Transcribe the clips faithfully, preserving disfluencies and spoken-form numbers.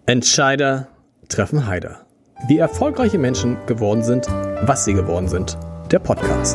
Entscheider treffen Heider. Wie erfolgreiche Menschen geworden sind, was sie geworden sind. Der Podcast.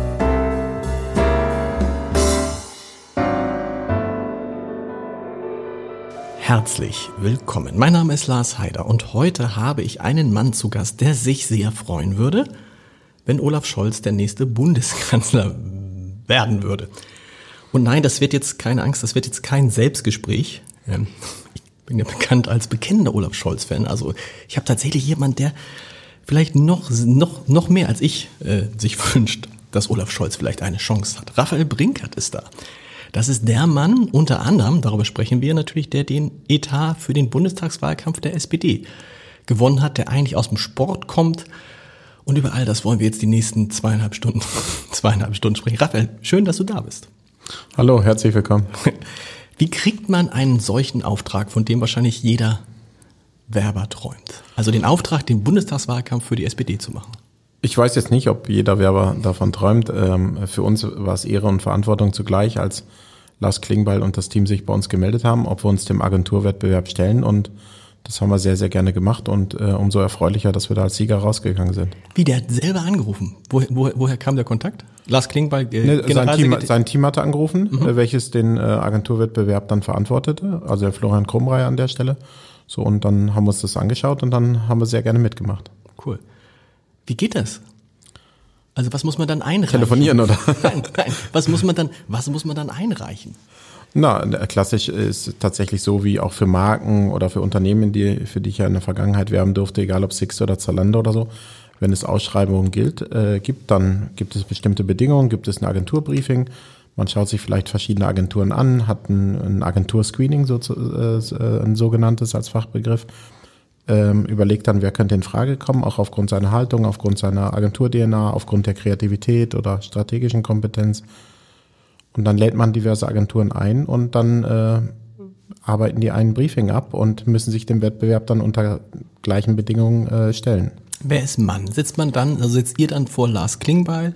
Herzlich willkommen. Mein Name ist Lars Heider und heute habe ich einen Mann zu Gast, der sich sehr freuen würde, wenn Olaf Scholz der nächste Bundeskanzler werden würde. Und nein, das wird jetzt, keine Angst, das wird jetzt kein Selbstgespräch. Ich bin ja bekannt als bekennender Olaf Scholz-Fan. Also ich habe tatsächlich jemanden, der vielleicht noch, noch, noch mehr als ich äh, sich wünscht, dass Olaf Scholz vielleicht eine Chance hat. Raphael Brinkert ist da. Das ist der Mann, unter anderem, darüber sprechen wir natürlich, der den Etat für den Bundestagswahlkampf der S P D gewonnen hat, der eigentlich aus dem Sport kommt. Und über all das wollen wir jetzt die nächsten zweieinhalb Stunden, zweieinhalb Stunden sprechen. Raphael, schön, dass du da bist. Hallo, herzlich willkommen. Wie kriegt man einen solchen Auftrag, von dem wahrscheinlich jeder Werber träumt? Also den Auftrag, den Bundestagswahlkampf für die S P D zu machen. Ich weiß jetzt nicht, ob jeder Werber davon träumt. Für uns war es Ehre und Verantwortung zugleich, als Lars Klingbeil und das Team sich bei uns gemeldet haben, ob wir uns dem Agenturwettbewerb stellen. Und das haben wir sehr, sehr gerne gemacht und umso erfreulicher, dass wir da als Sieger rausgegangen sind. Wie, der hat selber angerufen? Wo, wo, woher kam der Kontakt? Lars Klingbeil, äh, ne, sein, Team, sein Team hatte angerufen, mhm. welches den äh, Agenturwettbewerb dann verantwortete, also der Florian Krumreier an der Stelle. So, und dann haben wir uns das angeschaut und dann haben wir sehr gerne mitgemacht. Cool. Wie geht das? Also was muss man dann einreichen? Telefonieren, oder? Nein, nein. Was muss man dann, was muss man dann einreichen? Na, klassisch ist tatsächlich so wie auch für Marken oder für Unternehmen, die, für die ich ja in der Vergangenheit werben durfte, egal ob Sixt oder Zalando oder so. Wenn es Ausschreibungen gilt, äh, gibt, dann gibt es bestimmte Bedingungen, gibt es ein Agenturbriefing. Man schaut sich vielleicht verschiedene Agenturen an, hat ein, ein Agenturscreening, so, äh, ein sogenanntes als Fachbegriff. Ähm, überlegt dann, wer könnte in Frage kommen, auch aufgrund seiner Haltung, aufgrund seiner Agentur-D N A, aufgrund der Kreativität oder strategischen Kompetenz. Und dann lädt man diverse Agenturen ein und dann äh, arbeiten die ein Briefing ab und müssen sich dem Wettbewerb dann unter gleichen Bedingungen äh, stellen. Wer ist Mann? Sitzt man dann, also sitzt ihr dann vor Lars Klingbeil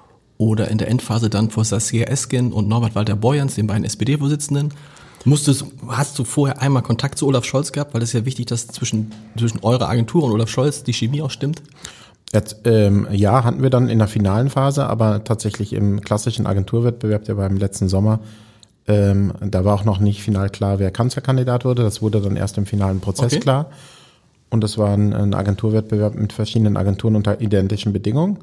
oder in der Endphase dann vor Saskia Esken und Norbert Walter-Borjans, den beiden S P D-Vorsitzenden? Musstest, hast du vorher einmal Kontakt zu Olaf Scholz gehabt, weil es ist ja wichtig, dass zwischen, zwischen eurer Agentur und Olaf Scholz die Chemie auch stimmt? Jetzt, ähm, ja, hatten wir dann in der finalen Phase, aber tatsächlich im klassischen Agenturwettbewerb, der beim letzten Sommer, ähm, da war auch noch nicht final klar, wer Kanzlerkandidat wurde. Das wurde dann erst im finalen Prozess okay. klar. Und das war ein, ein Agenturwettbewerb mit verschiedenen Agenturen unter identischen Bedingungen.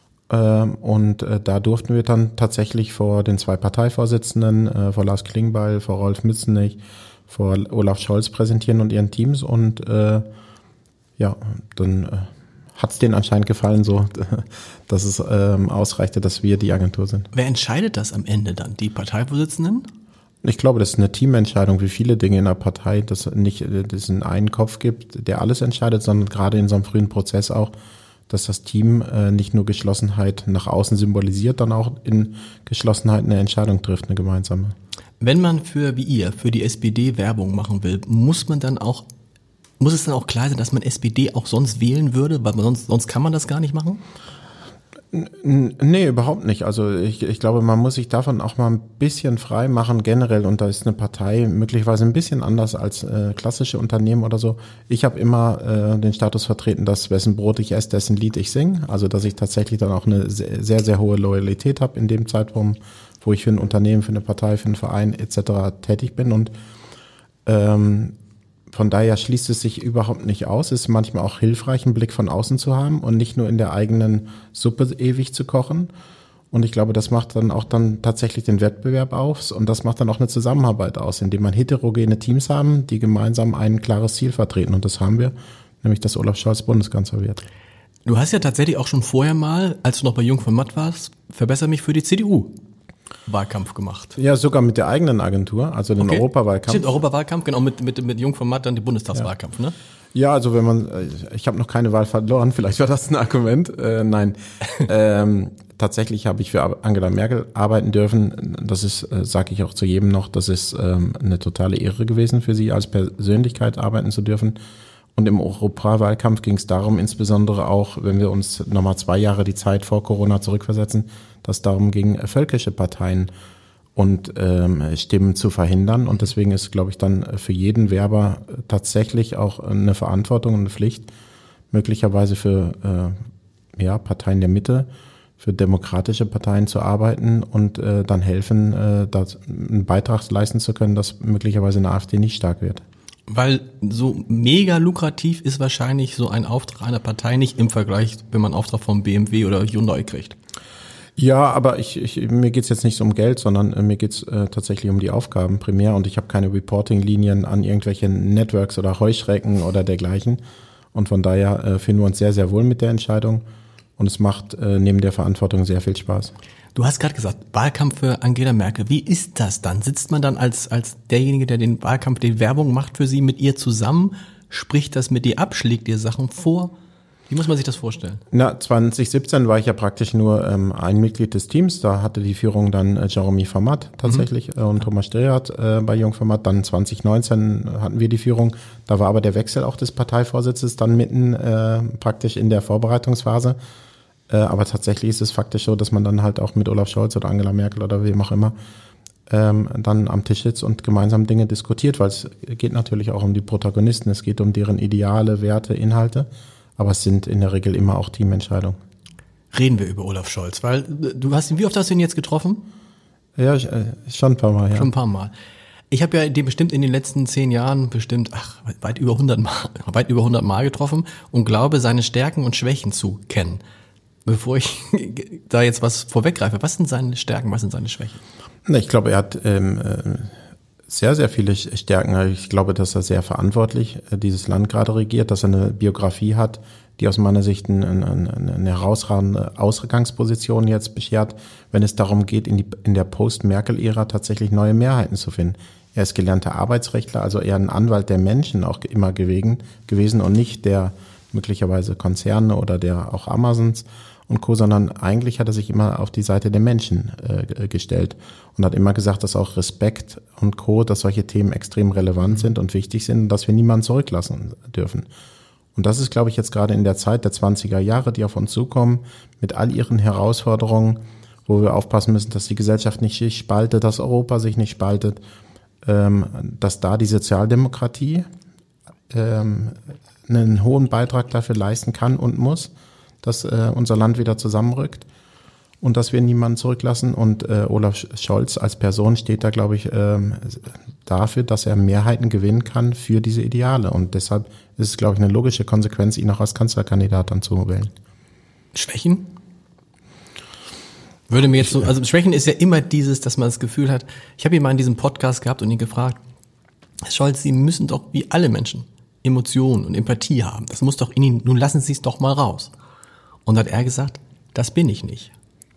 Ähm, und äh, da durften wir dann tatsächlich vor den zwei Parteivorsitzenden, äh, vor Lars Klingbeil, vor Rolf Mützenich, vor Olaf Scholz präsentieren und ihren Teams. Und äh, ja, dann äh, hat es denen anscheinend gefallen, so, dass es ähm, ausreichte, dass wir die Agentur sind. Wer entscheidet das am Ende dann? Die Parteivorsitzenden? Ich glaube, das ist eine Teamentscheidung, wie viele Dinge in der Partei, dass es nicht dass es einen Kopf gibt, der alles entscheidet, sondern gerade in so einem frühen Prozess auch, dass das Team äh, nicht nur Geschlossenheit nach außen symbolisiert, dann auch in Geschlossenheit eine Entscheidung trifft, eine gemeinsame. Wenn man für, wie ihr, für die S P D Werbung machen will, muss man dann auch, muss es dann auch klar sein, dass man S P D auch sonst wählen würde, weil man sonst, sonst kann man das gar nicht machen? Nee, überhaupt nicht. Also ich, ich glaube, man muss sich davon auch mal ein bisschen frei machen generell und da ist eine Partei möglicherweise ein bisschen anders als äh, klassische Unternehmen oder so. Ich habe immer äh, den Status vertreten, dass wessen Brot ich esse, dessen Lied ich singe. Also dass ich tatsächlich dann auch eine sehr, sehr, sehr hohe Loyalität habe in dem Zeitraum, wo ich für ein Unternehmen, für eine Partei, für einen Verein et cetera tätig bin und ähm, von daher schließt es sich überhaupt nicht aus. Es ist manchmal auch hilfreich, einen Blick von außen zu haben und nicht nur in der eigenen Suppe ewig zu kochen. Und ich glaube, das macht dann auch dann tatsächlich den Wettbewerb aus und das macht dann auch eine Zusammenarbeit aus, indem man heterogene Teams haben, die gemeinsam ein klares Ziel vertreten. Und das haben wir, nämlich dass Olaf Scholz Bundeskanzler wird. Du hast ja tatsächlich auch schon vorher mal, als du noch bei Jung von Matt warst, verbessere mich, für die C D U Wahlkampf gemacht. Ja, sogar mit der eigenen Agentur, also den okay. Europawahlkampf. Stimmt, Europawahlkampf, genau, mit, mit, mit Jung von Matt dann die Bundestagswahlkampf, ja. ne? Ja, also wenn man, ich habe noch keine Wahl verloren, vielleicht war das ein Argument. Äh, nein, ähm, tatsächlich habe ich für Angela Merkel arbeiten dürfen. Das ist, äh, sage ich auch zu jedem noch, das ist ähm, eine totale Ehre gewesen für sie, als Persönlichkeit arbeiten zu dürfen. Und im Europawahlkampf ging es darum, insbesondere auch, wenn wir uns nochmal zwei Jahre die Zeit vor Corona zurückversetzen, dass darum ging, völkische Parteien und ähm, Stimmen zu verhindern. Und deswegen ist, glaube ich, dann für jeden Werber tatsächlich auch eine Verantwortung und eine Pflicht, möglicherweise für äh, ja, Parteien der Mitte, für demokratische Parteien zu arbeiten und äh, dann helfen, äh, das, einen Beitrag leisten zu können, dass möglicherweise eine AfD nicht stark wird. Weil so mega lukrativ ist wahrscheinlich so ein Auftrag einer Partei nicht im Vergleich, wenn man einen Auftrag vom B M W oder Hyundai kriegt. Ja, aber ich, ich, mir geht's jetzt nicht so um Geld, sondern äh, mir geht's äh, tatsächlich um die Aufgaben primär und ich habe keine Reporting-Linien an irgendwelche Networks oder Heuschrecken oder dergleichen. Und von daher äh, fühlen wir uns sehr, sehr wohl mit der Entscheidung. Und es macht äh, neben der Verantwortung sehr viel Spaß. Du hast gerade gesagt, Wahlkampf für Angela Merkel. Wie ist das dann? Sitzt man dann als als derjenige, der den Wahlkampf, die Werbung macht für sie, mit ihr zusammen? Spricht das mit ihr ab? Schlägt ihr Sachen vor? Wie muss man sich das vorstellen? Na, zwanzig siebzehn war ich ja praktisch nur ähm, ein Mitglied des Teams. Da hatte die Führung dann äh, Jeremy Vermaat tatsächlich mhm. äh, und Thomas Stillert äh, bei Jung Vermaat. Dann zwanzig neunzehn hatten wir die Führung. Da war aber der Wechsel auch des Parteivorsitzes dann mitten äh, praktisch in der Vorbereitungsphase. Äh, aber tatsächlich ist es faktisch so, dass man dann halt auch mit Olaf Scholz oder Angela Merkel oder wem auch immer ähm, dann am Tisch sitzt und gemeinsam Dinge diskutiert, weil es geht natürlich auch um die Protagonisten. Es geht um deren Ideale, Werte, Inhalte. Aber es sind in der Regel immer auch Teamentscheidungen. Reden wir über Olaf Scholz, weil du hast ihn, wie oft hast du ihn jetzt getroffen? Ja, schon ein paar Mal, ja. Schon ein paar Mal. Ich habe ja den bestimmt in den letzten zehn Jahren bestimmt, ach, weit über hundert Mal, weit über hundert Mal getroffen und glaube, seine Stärken und Schwächen zu kennen. Bevor ich da jetzt was vorweggreife, was sind seine Stärken, was sind seine Schwächen? Ich glaube, er hat ähm, sehr, sehr viele Stärken. Ich glaube, dass er sehr verantwortlich dieses Land gerade regiert, dass er eine Biografie hat, die aus meiner Sicht eine, eine, eine herausragende Ausgangsposition jetzt beschert, wenn es darum geht, in, die, in der Post-Merkel-Ära tatsächlich neue Mehrheiten zu finden. Er ist gelernter Arbeitsrechtler, also eher ein Anwalt der Menschen auch immer gewesen, gewesen und nicht der möglicherweise Konzerne oder der auch Amazons und Co., sondern eigentlich hat er sich immer auf die Seite der Menschen äh, gestellt und hat immer gesagt, dass auch Respekt und Co., dass solche Themen extrem relevant sind und wichtig sind und dass wir niemanden zurücklassen dürfen. Und das ist, glaube ich, jetzt gerade in der Zeit der zwanziger Jahre, die auf uns zukommen, mit all ihren Herausforderungen, wo wir aufpassen müssen, dass die Gesellschaft nicht sich spaltet, dass Europa sich nicht spaltet, ähm, dass da die Sozialdemokratie ähm, einen hohen Beitrag dafür leisten kann und muss, dass äh, unser Land wieder zusammenrückt und dass wir niemanden zurücklassen. Und äh, Olaf Scholz als Person steht da, glaube ich, ähm, dafür, dass er Mehrheiten gewinnen kann für diese Ideale. Und deshalb ist es, glaube ich, eine logische Konsequenz, ihn auch als Kanzlerkandidat dann zu wählen. Schwächen? Würde mir jetzt so, also Schwächen ist ja immer dieses, dass man das Gefühl hat, ich habe ihn mal in diesem Podcast gehabt und ihn gefragt, Herr Scholz, Sie müssen doch wie alle Menschen Emotionen und Empathie haben. Das muss doch in Ihnen, nun lassen Sie es doch mal raus. Und hat er gesagt, das bin ich nicht.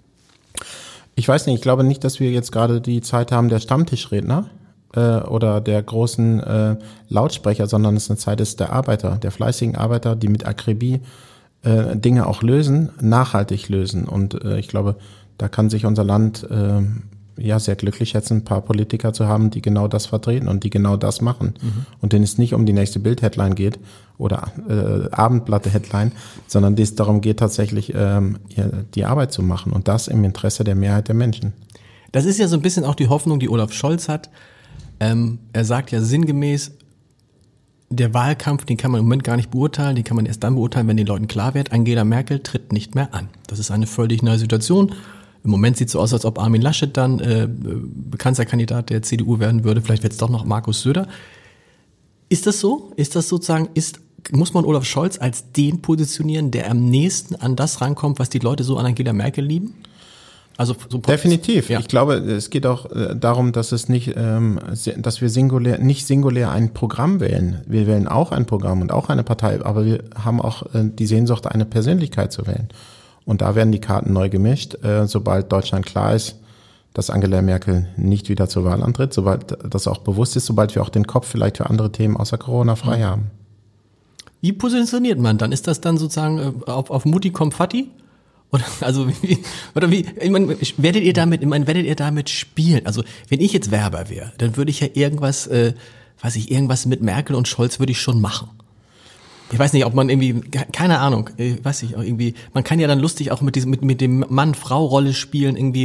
Ich weiß nicht, ich glaube nicht, dass wir jetzt gerade die Zeit haben der Stammtischredner äh, oder der großen äh, Lautsprecher, sondern es ist eine Zeit ist der Arbeiter, der fleißigen Arbeiter, die mit Akribie äh, Dinge auch lösen, nachhaltig lösen. Und äh, ich glaube, da kann sich unser Land äh, ja sehr glücklich schätzen, ein paar Politiker zu haben, die genau das vertreten und die genau das machen. Mhm. Und denen es nicht um die nächste Bild-Headline geht oder äh, Abendblatt-Headline, sondern es darum geht, tatsächlich ähm, die Arbeit zu machen und das im Interesse der Mehrheit der Menschen. Das ist ja so ein bisschen auch die Hoffnung, die Olaf Scholz hat. Ähm, er sagt ja sinngemäß, der Wahlkampf, den kann man im Moment gar nicht beurteilen, den kann man erst dann beurteilen, wenn den Leuten klar wird, Angela Merkel tritt nicht mehr an. Das ist eine völlig neue Situation. Im Moment sieht es so aus, als ob Armin Laschet dann äh, Kanzlerkandidat der C D U werden würde. Vielleicht wird es doch noch Markus Söder. Ist das so? Ist das sozusagen, ist, muss man Olaf Scholz als den positionieren, der am nächsten an das rankommt, was die Leute so an Angela Merkel lieben? Also so definitiv. Ja. Ich glaube, es geht auch äh, darum, dass es nicht, ähm, dass wir singulär, nicht singulär ein Programm wählen. Wir wählen auch ein Programm und auch eine Partei, aber wir haben auch äh, die Sehnsucht, eine Persönlichkeit zu wählen. Und da werden die Karten neu gemischt, äh, sobald Deutschland klar ist, dass Angela Merkel nicht wieder zur Wahl antritt, sobald das auch bewusst ist, sobald wir auch den Kopf vielleicht für andere Themen außer Corona frei mhm. haben. Wie positioniert man dann? Ist das dann sozusagen äh, auf, auf Mutti kommt Fatti? Oder also wie, oder wie? Ich meine, werdet ihr damit, ich meine, werdet ihr damit spielen? Also wenn ich jetzt Werber wäre, dann würde ich ja irgendwas, äh, weiß ich, irgendwas mit Merkel und Scholz würde ich schon machen. Ich weiß nicht, ob man irgendwie, keine Ahnung, weiß ich, irgendwie, man kann ja dann lustig auch mit diesem, mit, mit dem Mann-Frau-Rolle spielen, irgendwie,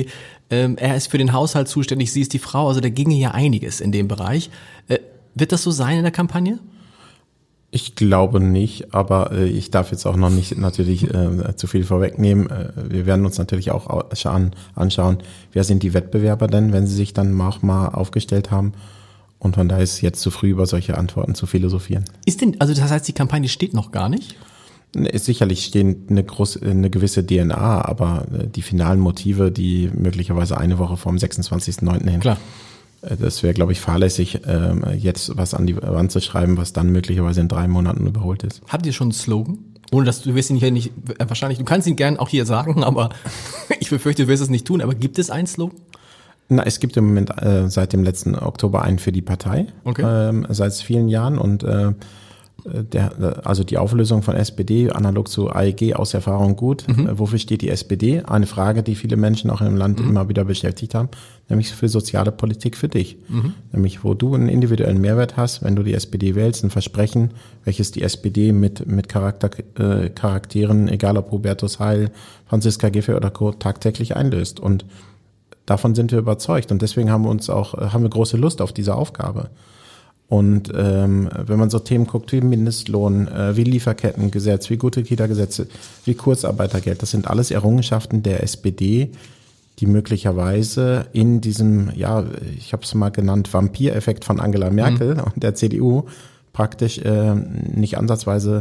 Ähm, er ist für den Haushalt zuständig, sie ist die Frau, also da ginge ja einiges in dem Bereich. Äh, wird das so sein in der Kampagne? Ich glaube nicht, aber äh, ich darf jetzt auch noch nicht natürlich äh, zu viel vorwegnehmen. Äh, wir werden uns natürlich auch an, anschauen, wer sind die Wettbewerber denn, wenn sie sich dann auch mal aufgestellt haben. Und von daher ist es jetzt zu früh, über solche Antworten zu philosophieren. Ist denn, also das heißt, die Kampagne steht noch gar nicht? Sicherlich stehen eine, groß, eine gewisse D N A, aber die finalen Motive, die möglicherweise eine Woche vom sechsundzwanzigsten neunten hin. Klar. Das wäre, glaube ich, fahrlässig, jetzt was an die Wand zu schreiben, was dann möglicherweise in drei Monaten überholt ist. Habt ihr schon einen Slogan? Ohne dass du wirst ihn hier nicht, wahrscheinlich, du kannst ihn gern auch hier sagen, aber ich befürchte, du wirst es nicht tun. Aber gibt es einen Slogan? Na, es gibt im Moment äh, seit dem letzten Oktober einen für die Partei, okay. ähm, seit vielen Jahren und äh, Der, also die Auflösung von S P D analog zu A E G aus Erfahrung gut. Mhm. Wofür steht die S P D? Eine Frage, die viele Menschen auch im Land mhm. immer wieder beschäftigt haben, nämlich für soziale Politik für dich. Mhm. Nämlich, wo du einen individuellen Mehrwert hast, wenn du die S P D wählst, ein Versprechen, welches die S P D mit mit Charakter, äh, Charakteren, egal ob Hubertus Heil, Franziska Giffey oder Co., tagtäglich einlöst. Und davon sind wir überzeugt. Und deswegen haben wir uns auch, haben wir große Lust auf diese Aufgabe. Und ähm, wenn man so Themen guckt wie Mindestlohn, äh, wie Lieferkettengesetz, wie gute Kita-Gesetze, wie Kurzarbeitergeld, das sind alles Errungenschaften der S P D, die möglicherweise in diesem, ja, ich habe es mal genannt, Vampireffekt von Angela Merkel mhm. und der C D U praktisch äh, nicht ansatzweise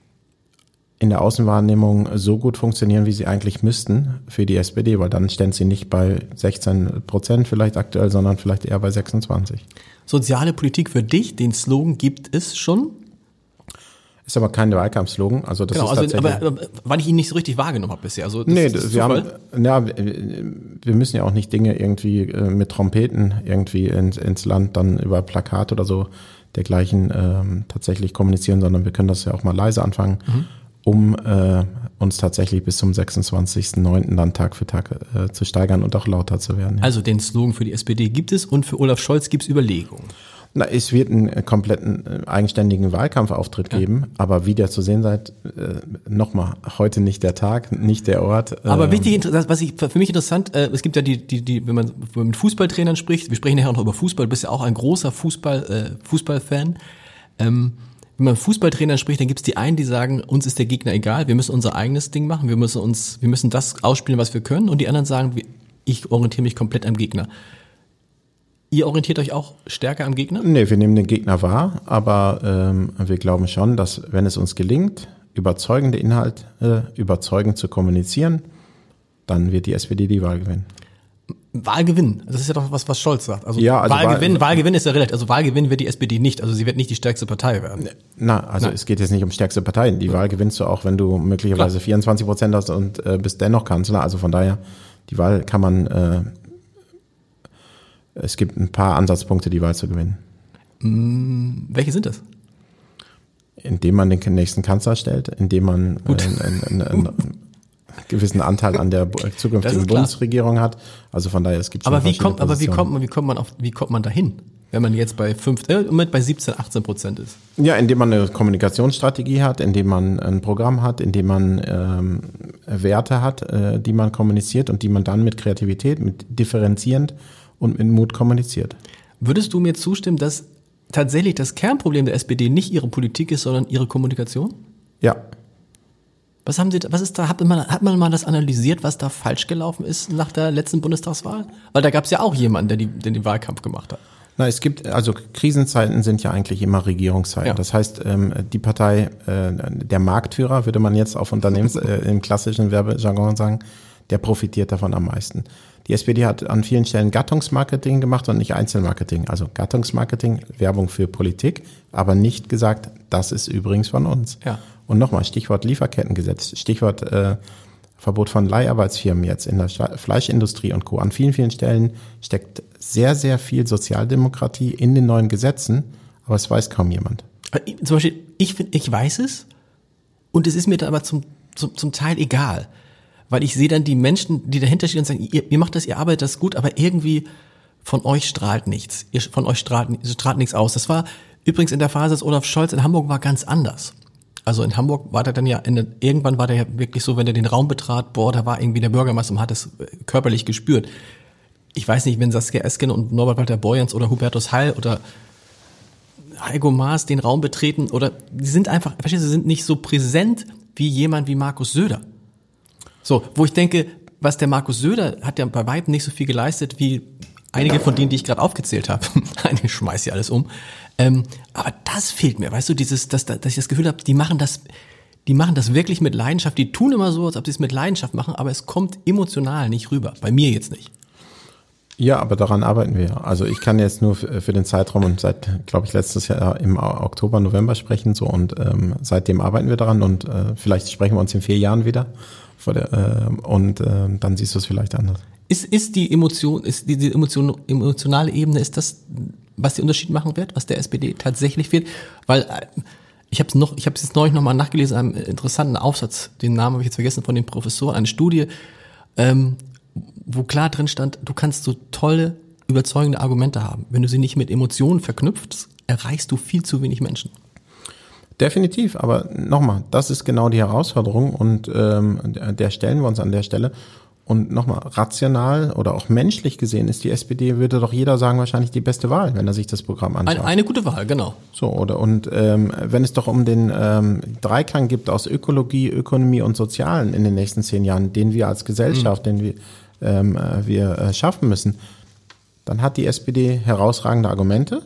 in der Außenwahrnehmung so gut funktionieren, wie sie eigentlich müssten für die S P D, weil dann stehen sie nicht bei sechzehn Prozent vielleicht aktuell, sondern vielleicht eher bei sechsundzwanzig. Soziale Politik für dich, den Slogan gibt es schon? Ist aber kein Wahlkampfslogan. Also das genau, ist also, tatsächlich, aber, aber weil ich ihn nicht so richtig wahrgenommen habe bisher. Also das nee, ist wir haben, ja, wir müssen ja auch nicht Dinge irgendwie mit Trompeten irgendwie ins, ins Land dann über Plakat oder so dergleichen ähm, tatsächlich kommunizieren, sondern wir können das ja auch mal leise anfangen. Mhm. um äh, uns tatsächlich bis zum sechsundzwanzigsten neunten dann Tag für Tag äh, zu steigern und auch lauter zu werden. Ja. Also den Slogan für die S P D gibt es und für Olaf Scholz gibt es Überlegungen. Na, es wird einen äh, kompletten äh, eigenständigen Wahlkampfauftritt ja. geben, aber wie der zu sehen seid, äh, nochmal, heute nicht der Tag, nicht der Ort. Äh, aber wichtig, was ich für mich interessant, äh, es gibt ja die, die, die, wenn man, wenn man mit Fußballtrainern spricht, wir sprechen ja auch noch über Fußball, du bist ja auch ein großer Fußball, äh, Fußballfan. Ähm, Wenn man Fußballtrainern spricht, dann gibt es die einen, die sagen, uns ist der Gegner egal, wir müssen unser eigenes Ding machen, wir müssen uns, wir müssen das ausspielen, was wir können. Und die anderen sagen, ich orientiere mich komplett am Gegner. Ihr orientiert euch auch stärker am Gegner? Nee, wir nehmen den Gegner wahr, aber ähm, wir glauben schon, dass wenn es uns gelingt, überzeugende Inhalte äh, überzeugend zu kommunizieren, dann wird die S P D die Wahl gewinnen. Wahlgewinn, das ist ja doch was, was Scholz sagt. Also, ja, also Wahlgewinn, Wahl, Wahlgewinn ist ja relativ. Also Wahlgewinn wird die S P D nicht. Also sie wird nicht die stärkste Partei werden. Na, also Nein. Es geht jetzt nicht um stärkste Partei. Die Wahl gewinnst du auch, wenn du möglicherweise Klar. vierundzwanzig Prozent hast und äh, bist dennoch Kanzler. Also von daher, die Wahl kann man, äh, es gibt ein paar Ansatzpunkte, die Wahl zu gewinnen. Mm, welche sind das? Indem man den nächsten Kanzler stellt, indem man äh, ein, ein, ein, ein gewissen Anteil an der zukünftigen Bundesregierung hat. Also von daher, es gibt schon aber wie kommt, aber wie kommt man, wie kommt man auf, wie kommt man dahin, wenn man jetzt bei fünf, äh, Moment, bei siebzehn, achtzehn Prozent ist? Ja, indem man eine Kommunikationsstrategie hat, indem man ein Programm hat, indem man ähm, Werte hat, äh, die man kommuniziert und die man dann mit Kreativität, mit differenzierend und mit Mut kommuniziert. Würdest du mir zustimmen, dass tatsächlich das Kernproblem der S P D nicht ihre Politik ist, sondern ihre Kommunikation? Ja. Was haben Sie, was ist da, hat man, hat man mal das analysiert, was da falsch gelaufen ist nach der letzten Bundestagswahl? Weil da gab es ja auch jemanden, der, die, der den Wahlkampf gemacht hat. Na, es gibt, also Krisenzeiten sind ja eigentlich immer Regierungszeiten. Ja. Das heißt, ähm, die Partei, äh, der Marktführer, würde man jetzt auf Unternehmens, äh, im klassischen Werbejargon sagen, der profitiert davon am meisten. Die S P D hat an vielen Stellen Gattungsmarketing gemacht und nicht Einzelmarketing. Also Gattungsmarketing, Werbung für Politik, aber nicht gesagt, das ist übrigens von uns. Ja. Und nochmal, Stichwort Lieferkettengesetz, Stichwort äh, Verbot von Leiharbeitsfirmen jetzt in der Fleischindustrie und Co. An vielen, vielen Stellen steckt sehr, sehr viel Sozialdemokratie in den neuen Gesetzen, aber es weiß kaum jemand. Zum Beispiel, ich finde, ich weiß es und es ist mir dann aber zum, zum, zum Teil egal. Weil ich sehe dann die Menschen, die dahinter stehen und sagen, ihr, ihr macht das, ihr arbeitet das gut, aber irgendwie von euch strahlt nichts. Ihr, von euch strahlt, strahlt nichts aus. Das war übrigens in der Phase, dass Olaf Scholz in Hamburg war, ganz anders. Also in Hamburg war der dann ja, in, irgendwann war der ja wirklich so, wenn er den Raum betrat, boah, da war irgendwie der Bürgermeister, man hat es körperlich gespürt. ich weiß nicht, wenn Saskia Esken und Norbert Walter-Borjans oder Hubertus Heil oder Heiko Maas den Raum betreten oder die sind einfach, verstehst du, sie sind nicht so präsent wie jemand wie Markus Söder. So, wo ich denke, was der Markus Söder hat ja bei weitem nicht so viel geleistet wie einige von denen, die ich gerade aufgezählt habe. Ich schmeiß hier alles um. Ähm, aber das fehlt mir, weißt du, dieses, dass, dass ich das Gefühl habe, die machen das, die machen das wirklich mit Leidenschaft. Die tun immer so, als ob sie es mit Leidenschaft machen, aber es kommt emotional nicht rüber. Bei mir jetzt nicht. Ja, aber daran arbeiten wir. Also ich kann jetzt nur für den Zeitraum und seit, glaube ich, letztes Jahr im Oktober, November sprechen so und ähm, seitdem arbeiten wir daran und äh, vielleicht sprechen wir uns in vier Jahren wieder vor der, äh, und äh, dann siehst du es vielleicht anders. Ist, ist die Emotion, ist die, die Emotion, emotionale Ebene, ist das, was den Unterschied machen wird, was der S P D tatsächlich fehlt? Weil äh, ich habe es noch, ich habe es jetzt neulich nochmal nachgelesen, einen interessanten Aufsatz, den Namen habe ich jetzt vergessen, von dem Professor, eine Studie, ähm, wo klar drin stand, du kannst so tolle, überzeugende Argumente haben. Wenn du sie nicht mit Emotionen verknüpfst, erreichst du viel zu wenig Menschen. Definitiv, aber nochmal, das ist genau die Herausforderung und ähm, der stellen wir uns an der Stelle. Und nochmal, rational oder auch menschlich gesehen ist die S P D, würde doch jeder sagen, wahrscheinlich die beste Wahl, wenn er sich das Programm anschaut. Eine, eine gute Wahl, genau. So, oder und ähm, wenn es doch um den ähm, Dreiklang gibt aus Ökologie, Ökonomie und Sozialen in den nächsten zehn Jahren, den wir als Gesellschaft, mhm. den wir, ähm, wir äh, schaffen müssen, dann hat die S P D herausragende Argumente.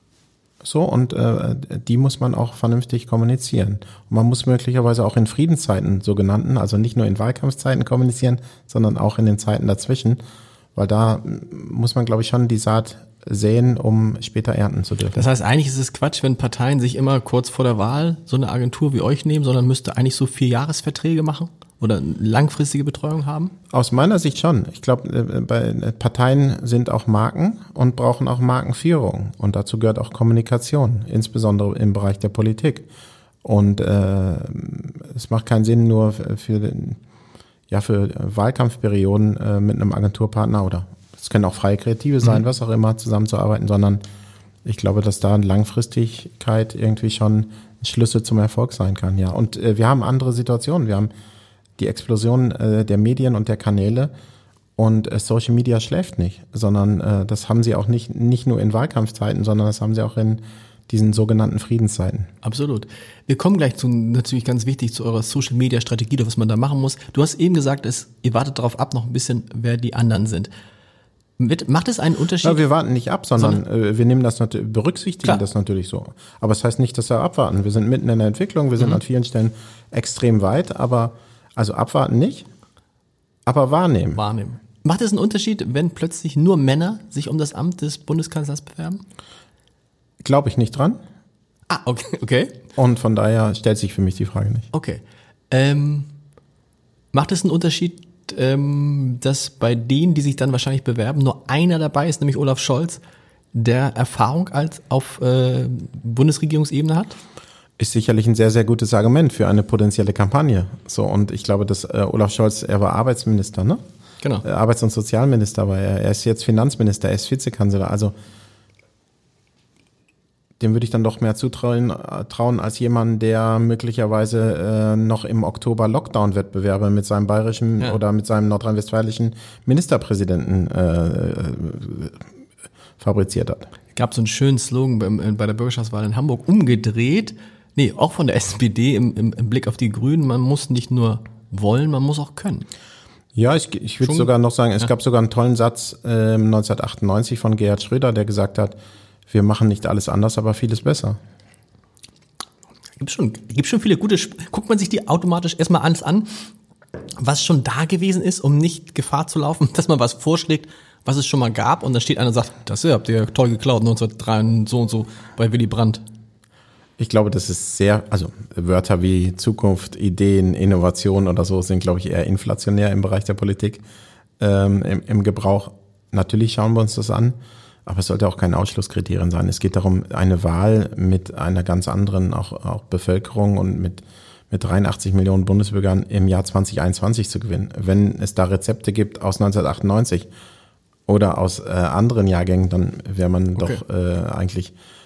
So, und äh, die muss man auch vernünftig kommunizieren. Und man muss möglicherweise auch in Friedenszeiten sogenannten, also nicht nur in Wahlkampfzeiten kommunizieren, sondern auch in den Zeiten dazwischen, weil da muss man, glaube ich, schon die Saat säen, um später ernten zu dürfen. Das heißt, eigentlich ist es Quatsch, wenn Parteien sich immer kurz vor der Wahl so eine Agentur wie euch nehmen, sondern müsste eigentlich so Vierjahresverträge machen oder langfristige Betreuung haben? Aus meiner Sicht schon. Ich glaube, bei Parteien sind auch Marken und brauchen auch Markenführung. Und dazu gehört auch Kommunikation, insbesondere im Bereich der Politik. Und äh, es macht keinen Sinn, nur für, den, ja, für Wahlkampfperioden äh, mit einem Agenturpartner oder es können auch freie Kreative sein, mhm. was auch immer, zusammenzuarbeiten, sondern ich glaube, dass da Langfristigkeit irgendwie schon ein Schlüssel zum Erfolg sein kann. Ja. Und äh, wir haben andere Situationen. Wir haben die Explosion äh, der Medien und der Kanäle und äh, Social Media schläft nicht, sondern äh, das haben sie auch nicht, nicht nur in Wahlkampfzeiten, sondern das haben sie auch in diesen sogenannten Friedenszeiten. Absolut. Wir kommen gleich zu, natürlich ganz wichtig, zu eurer Social Media Strategie, was man da machen muss. Du hast eben gesagt, es, ihr wartet darauf ab, noch ein bisschen, wer die anderen sind. Mit, macht es einen Unterschied? Ja, wir warten nicht ab, sondern, sondern äh, wir nehmen das natürlich, berücksichtigen Klar. das natürlich so. Aber es das heißt nicht, dass wir abwarten. Wir sind mitten in der Entwicklung, wir sind mhm. an vielen Stellen extrem weit, aber also abwarten nicht, aber wahrnehmen. Wahrnehmen. Macht es einen Unterschied, wenn plötzlich nur Männer sich um das Amt des Bundeskanzlers bewerben? Glaube ich nicht dran. Ah, okay, okay. Und von daher stellt sich für mich die Frage nicht. Okay. Ähm, macht es einen Unterschied, ähm, dass bei denen, die sich dann wahrscheinlich bewerben, nur einer dabei ist, nämlich Olaf Scholz, der Erfahrung als auf äh, Bundesregierungsebene hat? Ist sicherlich ein sehr, sehr gutes Argument für eine potenzielle Kampagne. So, und ich glaube, dass äh, Olaf Scholz, er war Arbeitsminister, ne? Genau. Äh, Arbeits- und Sozialminister war er. Er ist jetzt Finanzminister, er ist Vizekanzler. Also dem würde ich dann doch mehr zutrauen trauen als jemand, der möglicherweise äh, noch im Oktober Lockdown-Wettbewerbe mit seinem bayerischen ja. oder mit seinem nordrhein-westfälischen Ministerpräsidenten äh, fabriziert hat. Es gab so einen schönen Slogan beim, bei der Bürgerschaftswahl in Hamburg, umgedreht, nee, auch von der S P D im, im, im Blick auf die Grünen, man muss nicht nur wollen, man muss auch können. Ja, ich, ich würde sogar noch sagen, es ja. gab sogar einen tollen Satz äh, neunzehnhundertachtundneunzig von Gerhard Schröder, der gesagt hat, wir machen nicht alles anders, aber vieles besser. Gibt schon, gibt schon viele gute, guckt man sich die automatisch erstmal alles an, was schon da gewesen ist, um nicht Gefahr zu laufen, dass man was vorschlägt, was es schon mal gab und dann steht einer und sagt, das hier habt ihr toll geklaut, neunzehnhundertdrei so und so bei Willy Brandt. Ich glaube, das ist sehr, also Wörter wie Zukunft, Ideen, Innovation oder so sind, glaube ich, eher inflationär im Bereich der Politik ähm, im, im Gebrauch. Natürlich schauen wir uns das an, aber es sollte auch kein Ausschlusskriterium sein. Es geht darum, eine Wahl mit einer ganz anderen auch, auch Bevölkerung und mit, mit dreiundachtzig Millionen Bundesbürgern im Jahr zwanzig einundzwanzig zu gewinnen. Wenn es da Rezepte gibt aus neunzehnhundertachtundneunzig oder aus äh, anderen Jahrgängen, dann wäre man okay. doch äh, eigentlich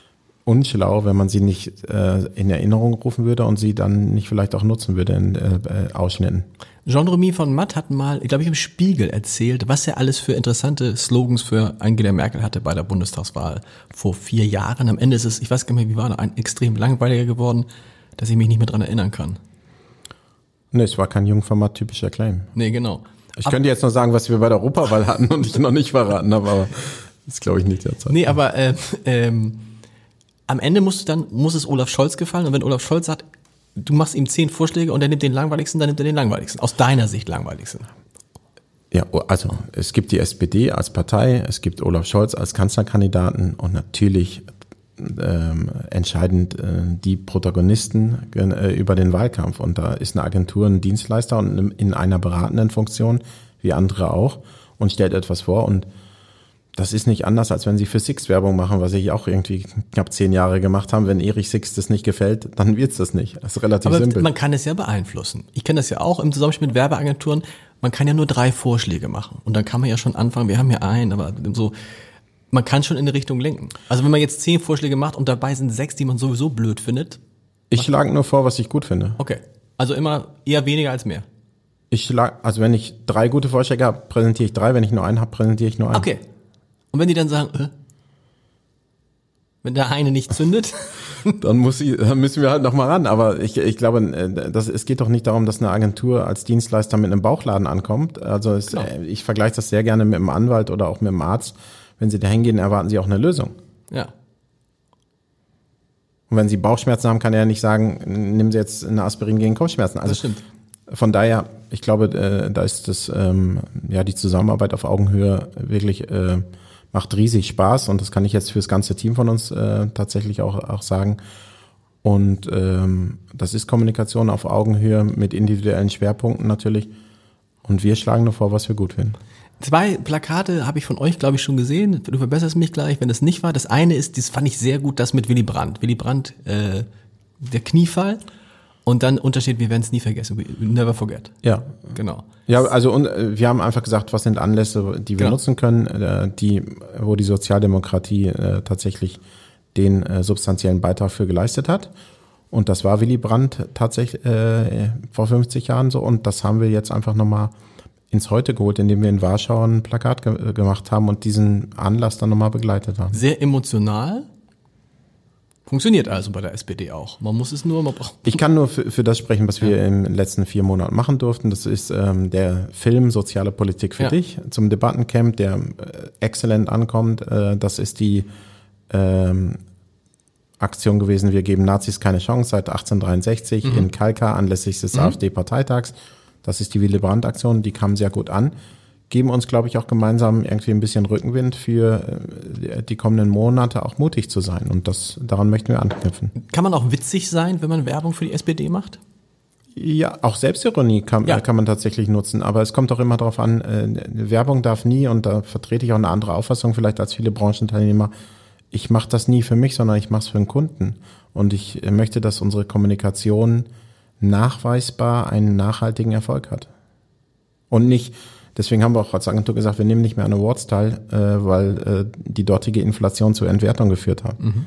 unschlau, wenn man sie nicht äh, in Erinnerung rufen würde und sie dann nicht vielleicht auch nutzen würde in äh, Ausschnitten. Jean-Remy von Matt hat mal, glaube ich, im Spiegel erzählt, was er alles für interessante Slogans für Angela Merkel hatte bei der Bundestagswahl vor vier Jahren. Am Ende ist es, ich weiß gar nicht mehr, wie war das, ein extrem langweiliger geworden, dass ich mich nicht mehr dran erinnern kann. Nee, es war kein Jungformat-typischer Claim. Nee, genau. Ich aber, könnte jetzt noch sagen, was wir bei der Europawahl hatten und ich noch nicht verraten habe, aber das ist, glaube ich, nicht der Zeit. Nee, aber äh, ähm, am Ende muss, dann, muss es Olaf Scholz gefallen und wenn Olaf Scholz sagt, du machst ihm zehn Vorschläge und er nimmt den langweiligsten, dann nimmt er den langweiligsten. Aus deiner Sicht langweiligsten. Ja, also es gibt die S P D als Partei, es gibt Olaf Scholz als Kanzlerkandidaten und natürlich ähm, entscheidend äh, die Protagonisten äh, über den Wahlkampf. Und da ist eine Agentur ein Dienstleister und in einer beratenden Funktion, wie andere auch, und stellt etwas vor. Und das ist nicht anders, als wenn sie für Sixt Werbung machen, was ich auch irgendwie knapp zehn Jahre gemacht habe. Wenn Erich Sixt das nicht gefällt, dann wird's das nicht. Das ist relativ Aber simpel. Man kann es ja beeinflussen. Ich kenne das ja auch im Zusammenspiel mit Werbeagenturen. Man kann ja nur drei Vorschläge machen. Und dann kann man ja schon anfangen, wir haben ja einen, aber so, man kann schon in eine Richtung lenken. Also wenn man jetzt zehn Vorschläge macht und dabei sind sechs, die man sowieso blöd findet. Ich schlage nur vor, was ich gut finde. Okay. Also immer eher weniger als mehr. Ich schlag, also wenn ich drei gute Vorschläge habe, präsentiere ich drei. Wenn ich nur einen habe, präsentiere ich nur einen. Okay. Und wenn die dann sagen, äh, wenn der eine nicht zündet, dann muss ich, dann müssen wir halt noch mal ran. Aber ich, ich glaube, das, es geht doch nicht darum, dass eine Agentur als Dienstleister mit einem Bauchladen ankommt. Also es, genau. Ich vergleiche das sehr gerne mit einem Anwalt oder auch mit einem Arzt. Wenn Sie da hingehen, erwarten Sie auch eine Lösung. Ja. Und wenn Sie Bauchschmerzen haben, kann er ja nicht sagen, nehmen Sie jetzt eine Aspirin gegen Kopfschmerzen. Also das stimmt. Von daher, ich glaube, da ist das, ähm, ja, die Zusammenarbeit auf Augenhöhe wirklich äh, macht riesig Spaß und das kann ich jetzt für das ganze Team von uns äh, tatsächlich auch, auch sagen. Und ähm, das ist Kommunikation auf Augenhöhe mit individuellen Schwerpunkten natürlich. Und wir schlagen nur vor, was wir gut finden. Zwei Plakate habe ich von euch, glaube ich, schon gesehen. Du verbesserst mich gleich, wenn es nicht war. Das eine ist, das fand ich sehr gut, das mit Willy Brandt. Willy Brandt, äh, der Kniefall. Und dann Unterschied, wir werden es nie vergessen. We never forget. Ja. Genau. Ja, also und wir haben einfach gesagt, was sind Anlässe, die wir genau. nutzen können, äh, die, wo die Sozialdemokratie äh, tatsächlich den äh, substanziellen Beitrag für geleistet hat. Und das war Willy Brandt tatsächlich äh, vor fünfzig Jahren so. Und das haben wir jetzt einfach nochmal ins Heute geholt, indem wir in Warschau ein Plakat ge gemacht haben und diesen Anlass dann nochmal begleitet haben. Sehr emotional. Funktioniert also bei der S P D auch. Man muss es nur, man braucht. Ich kann nur für, für das sprechen, was wir ja. in den letzten vier Monaten machen durften. Das ist ähm, der Film Soziale Politik für ja. dich zum Debattencamp, der äh, exzellent ankommt. Äh, das ist die ähm, Aktion gewesen, wir geben Nazis keine Chance seit achtzehnhundertdreiundsechzig mhm. in Kalkar anlässlich des mhm. AfD-Parteitags. Das ist die Willy Brandt-Aktion, die kam sehr gut an. Geben uns, glaube ich, auch gemeinsam irgendwie ein bisschen Rückenwind für die kommenden Monate auch mutig zu sein. Und das, daran möchten wir anknüpfen. Kann man auch witzig sein, wenn man Werbung für die S P D macht? Ja, auch Selbstironie kann, ja. kann man tatsächlich nutzen. Aber es kommt auch immer darauf an, äh, Werbung darf nie, und da vertrete ich auch eine andere Auffassung vielleicht als viele Branchenteilnehmer, ich mache das nie für mich, sondern ich mache es für den Kunden. Und ich möchte, dass unsere Kommunikation nachweisbar einen nachhaltigen Erfolg hat. Und nicht... Deswegen haben wir auch als Agentur gesagt, wir nehmen nicht mehr an Awards teil, äh, weil äh, die dortige Inflation zur Entwertung geführt hat. Mhm.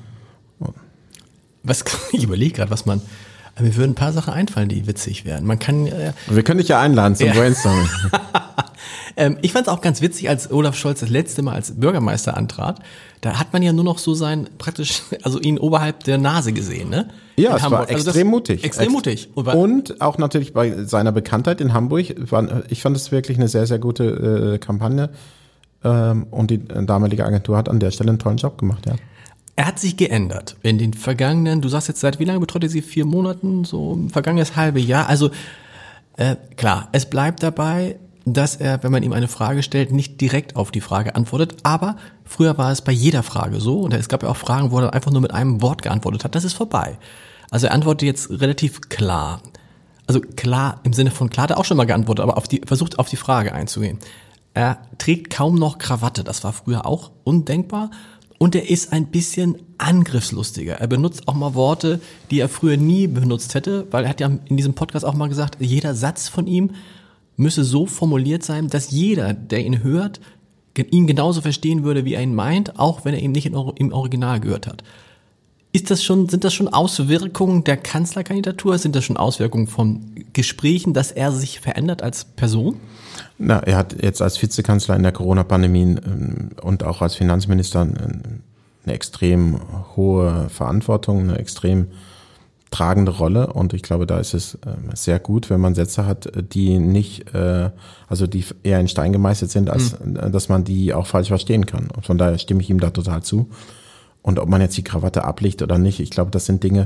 Was, ich überlege gerade, was man, mir würden ein paar Sachen einfallen, die witzig wären. Man kann, äh, wir können dich ja einladen zum ja. Brainstorming. ähm, ich fand es auch ganz witzig, als Olaf Scholz das letzte Mal als Bürgermeister antrat. Da hat man ja nur noch so sein, praktisch, also ihn oberhalb der Nase gesehen, ne? Ja, es war extrem also mutig. Extrem Ex mutig. Und, und auch natürlich bei seiner Bekanntheit in Hamburg. War, ich fand es wirklich eine sehr, sehr gute äh, Kampagne. Ähm, und die damalige Agentur hat an der Stelle einen tollen Job gemacht, ja. Er hat sich geändert in den vergangenen, du sagst jetzt, seit wie lange betreut er sie? Vier Monaten? So ein vergangenes halbe Jahr. Also äh, klar, es bleibt dabei, dass er, wenn man ihm eine Frage stellt, nicht direkt auf die Frage antwortet. Aber früher war es bei jeder Frage so. Und es gab ja auch Fragen, wo er einfach nur mit einem Wort geantwortet hat. Das ist vorbei. Also er antwortet jetzt relativ klar. Also klar im Sinne von klar, hat er auch schon mal geantwortet, aber auf die, versucht auf die Frage einzugehen. Er trägt kaum noch Krawatte. Das war früher auch undenkbar. Und er ist ein bisschen angriffslustiger. Er benutzt auch mal Worte, die er früher nie benutzt hätte, weil er hat ja in diesem Podcast auch mal gesagt, jeder Satz von ihm müsse so formuliert sein, dass jeder, der ihn hört, ihn genauso verstehen würde, wie er ihn meint, auch wenn er ihn nicht im Original gehört hat. Ist das schon, sind das schon Auswirkungen der Kanzlerkandidatur? Sind das schon Auswirkungen von Gesprächen, dass er sich verändert als Person? Na, er hat jetzt als Vizekanzler in der Corona-Pandemie und auch als Finanzminister eine extrem hohe Verantwortung, eine extrem tragende Rolle. Und ich glaube, da ist es sehr gut, wenn man Sätze hat, die nicht, also die eher in Stein gemeißelt sind, als mhm. dass man die auch falsch verstehen kann. Und von daher stimme ich ihm da total zu. Und ob man jetzt die Krawatte ablegt oder nicht, ich glaube, das sind Dinge,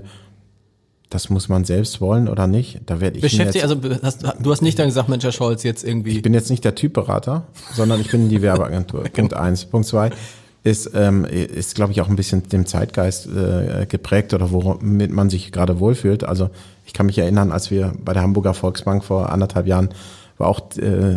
das muss man selbst wollen oder nicht. Da werde ich Beschäftigt, also hast, du hast nicht dann gesagt, Mensch, Herr Scholz, jetzt irgendwie. Ich bin jetzt nicht der Typberater, sondern ich bin die Werbeagentur. Punkt eins. Punkt zwei ist, ähm, ist glaube ich, auch ein bisschen dem Zeitgeist äh, geprägt oder womit man sich gerade wohlfühlt. Also ich kann mich erinnern, als wir bei der Hamburger Volksbank vor anderthalb Jahren war auch äh,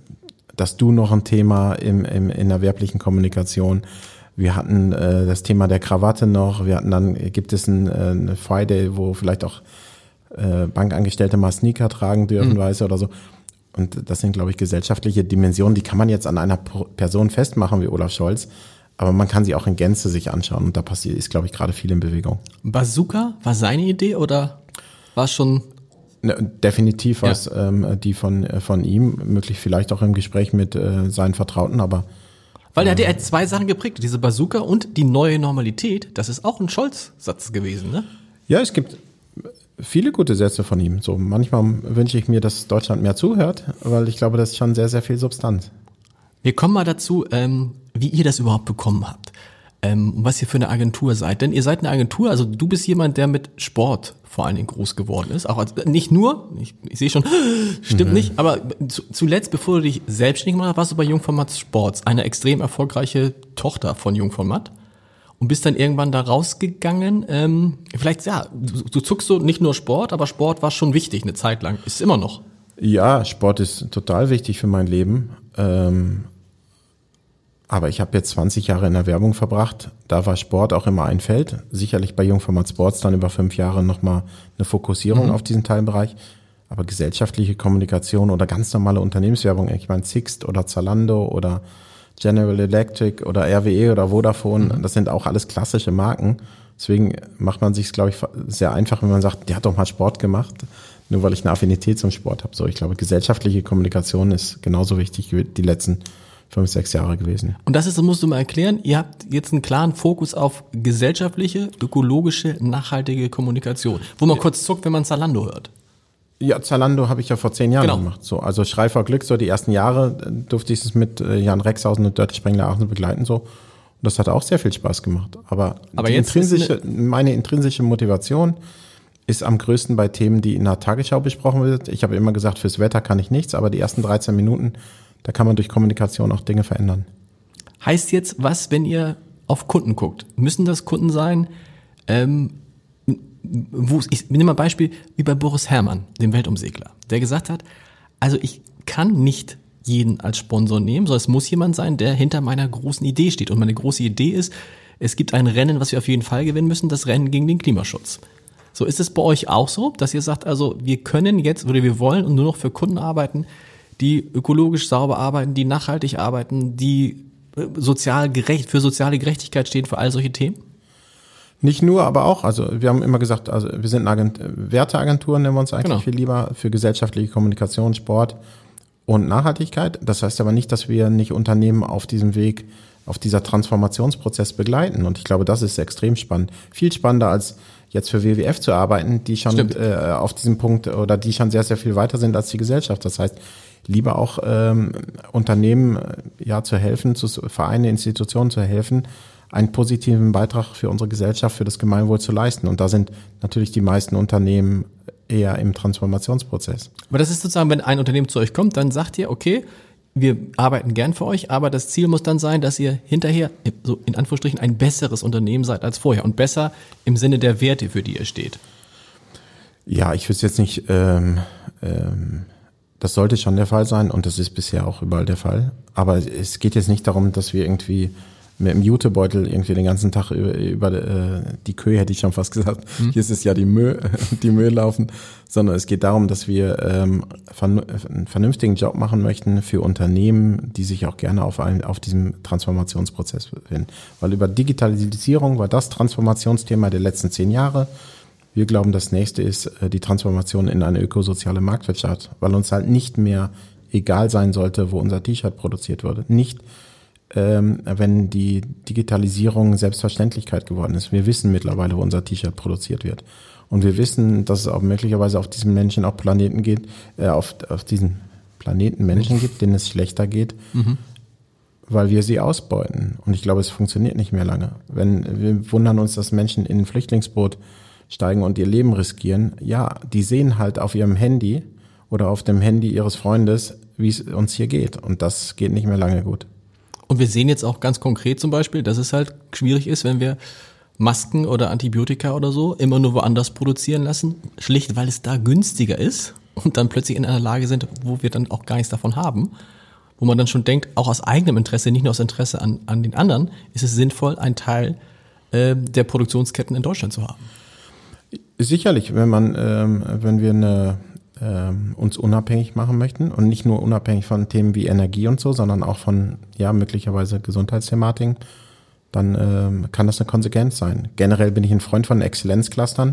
das Du noch ein Thema im, im, in der werblichen Kommunikation. Wir hatten äh, das Thema der Krawatte noch. Wir hatten dann, gibt es ein äh, Friday, wo vielleicht auch äh, Bankangestellte mal Sneaker tragen dürfen, mhm. weiß oder so. Und das sind, glaube ich, gesellschaftliche Dimensionen, die kann man jetzt an einer Person festmachen wie Olaf Scholz, aber man kann sie auch in Gänze sich anschauen. Und da passiert, ist, glaube ich, gerade viel in Bewegung. Bazooka war seine Idee oder war es schon? Ne, definitiv war es ja. ähm, die von, von ihm, möglich vielleicht auch im Gespräch mit äh, seinen Vertrauten, aber weil er hat ja zwei Sachen geprägt, diese Bazooka und die neue Normalität. Das ist auch ein Scholz-Satz gewesen, ne? Ja, es gibt viele gute Sätze von ihm. So manchmal wünsche ich mir, dass Deutschland mehr zuhört, weil ich glaube, das ist schon sehr, sehr viel Substanz. Wir kommen mal dazu, ähm, wie ihr das überhaupt bekommen habt. Ähm, was ihr für eine Agentur seid. Denn ihr seid eine Agentur, also du bist jemand, der mit Sport vor allen Dingen groß geworden ist. Auch als, nicht nur, ich, ich sehe schon, stimmt mhm. nicht, aber zu, zuletzt, bevor du dich selbstständig gemacht hast, warst du bei Jungformat Sports, eine extrem erfolgreiche Tochter von Jungformat. Und bist dann irgendwann da rausgegangen. Ähm, vielleicht, ja, du, du zuckst so nicht nur Sport, aber Sport war schon wichtig eine Zeit lang. Ist es immer noch. Ja, Sport ist total wichtig für mein Leben. Ähm Aber ich habe jetzt zwanzig Jahre in der Werbung verbracht. Da war Sport auch immer ein Feld. Sicherlich bei Jungformat Sports dann über fünf Jahre nochmal eine Fokussierung mhm. auf diesen Teilbereich. Aber gesellschaftliche Kommunikation oder ganz normale Unternehmenswerbung, ich meine Sixt oder Zalando oder General Electric oder R W E oder Vodafone, mhm. das sind auch alles klassische Marken. Deswegen macht man sich, glaube ich, sehr einfach, wenn man sagt, der hat doch mal Sport gemacht, nur weil ich eine Affinität zum Sport habe. So, ich glaube, gesellschaftliche Kommunikation ist genauso wichtig wie die letzten fünf, sechs Jahre gewesen. Und das ist, das musst du mal erklären, ihr habt jetzt einen klaren Fokus auf gesellschaftliche, ökologische, nachhaltige Kommunikation. Wo man ja. kurz zuckt, wenn man Zalando hört. Ja, Zalando habe ich ja vor zehn Jahren genau. gemacht. So, also Schrei vor Glück, so die ersten Jahre durfte ich es mit Jan Rexhausen und Dörte Sprengler-Aachen begleiten. So. Und das hat auch sehr viel Spaß gemacht. Aber, Aber die intrinsische, meine intrinsische Motivation ist am größten bei Themen, die in der Tagesschau besprochen wird. Ich habe immer gesagt, fürs Wetter kann ich nichts, aber die ersten dreizehn Minuten, da kann man durch Kommunikation auch Dinge verändern. Heißt jetzt was, wenn ihr auf Kunden guckt? Müssen das Kunden sein, ähm, wo, ich nehme mal ein Beispiel wie bei Boris Herrmann, dem Weltumsegler, der gesagt hat, also ich kann nicht jeden als Sponsor nehmen, sondern es muss jemand sein, der hinter meiner großen Idee steht. Und meine große Idee ist, es gibt ein Rennen, was wir auf jeden Fall gewinnen müssen, das Rennen gegen den Klimaschutz. So, ist es bei euch auch so, dass ihr sagt, also wir können jetzt oder wir wollen und nur noch für Kunden arbeiten, die ökologisch sauber arbeiten, die nachhaltig arbeiten, die sozial gerecht, für soziale Gerechtigkeit stehen, für all solche Themen? Nicht nur, aber auch. Also wir haben immer gesagt, also wir sind eine Agent- Werteagentur, nennen wir uns eigentlich genau. viel lieber, für gesellschaftliche Kommunikation, Sport und Nachhaltigkeit. Das heißt aber nicht, dass wir nicht Unternehmen auf diesem Weg, auf dieser Transformationsprozess begleiten. Und ich glaube, das ist extrem spannend. Viel spannender als jetzt für W W F zu arbeiten, die schon äh, auf diesem Punkt oder die schon sehr, sehr viel weiter sind als die Gesellschaft. Das heißt, lieber auch ähm, Unternehmen ja zu helfen, zu Vereine, Institutionen zu helfen, einen positiven Beitrag für unsere Gesellschaft, für das Gemeinwohl zu leisten. Und da sind natürlich die meisten Unternehmen eher im Transformationsprozess. Aber das ist sozusagen, wenn ein Unternehmen zu euch kommt, dann sagt ihr, okay, wir arbeiten gern für euch, aber das Ziel muss dann sein, dass ihr hinterher, so in Anführungsstrichen, ein besseres Unternehmen seid als vorher und besser im Sinne der Werte, für die ihr steht. Ja, ich wüsste jetzt nicht, ähm, ähm, das sollte schon der Fall sein und das ist bisher auch überall der Fall. Aber es geht jetzt nicht darum, dass wir irgendwie mit dem Jutebeutel irgendwie den ganzen Tag über, über äh, die Kühe, hätte ich schon fast gesagt. Mhm. Hier ist es ja die Mühe, die Mühe laufen, sondern es geht darum, dass wir ähm, einen vernünftigen Job machen möchten für Unternehmen, die sich auch gerne auf, ein, auf diesem Transformationsprozess befinden. Weil über Digitalisierung war das Transformationsthema der letzten zehn Jahre. Wir glauben, das nächste ist äh, die Transformation in eine ökosoziale Marktwirtschaft, weil uns halt nicht mehr egal sein sollte, wo unser T-Shirt produziert wurde. Nicht Ähm, wenn die Digitalisierung Selbstverständlichkeit geworden ist. Wir wissen mittlerweile, wo unser T-Shirt produziert wird. Und wir wissen, dass es auch möglicherweise auf diesen Menschen auch Planeten geht, äh, auf, auf diesen Planeten Menschen gibt, denen es schlechter geht, mhm. weil wir sie ausbeuten. Und ich glaube, es funktioniert nicht mehr lange. Wenn wir wundern uns, dass Menschen in ein Flüchtlingsboot steigen und ihr Leben riskieren, ja, die sehen halt auf ihrem Handy oder auf dem Handy ihres Freundes, wie es uns hier geht. Und das geht nicht mehr lange gut. Und wir sehen jetzt auch ganz konkret zum Beispiel, dass es halt schwierig ist, wenn wir Masken oder Antibiotika oder so immer nur woanders produzieren lassen, schlicht weil es da günstiger ist und dann plötzlich in einer Lage sind, wo wir dann auch gar nichts davon haben, wo man dann schon denkt, auch aus eigenem Interesse, nicht nur aus Interesse an, an den anderen, ist es sinnvoll, einen Teil äh, der Produktionsketten in Deutschland zu haben. Sicherlich, wenn man, ähm, wenn wir eine Ähm, uns unabhängig machen möchten und nicht nur unabhängig von Themen wie Energie und so, sondern auch von, ja, möglicherweise Gesundheitsthematiken, dann ähm, kann das eine Konsequenz sein. Generell bin ich ein Freund von Exzellenzclustern.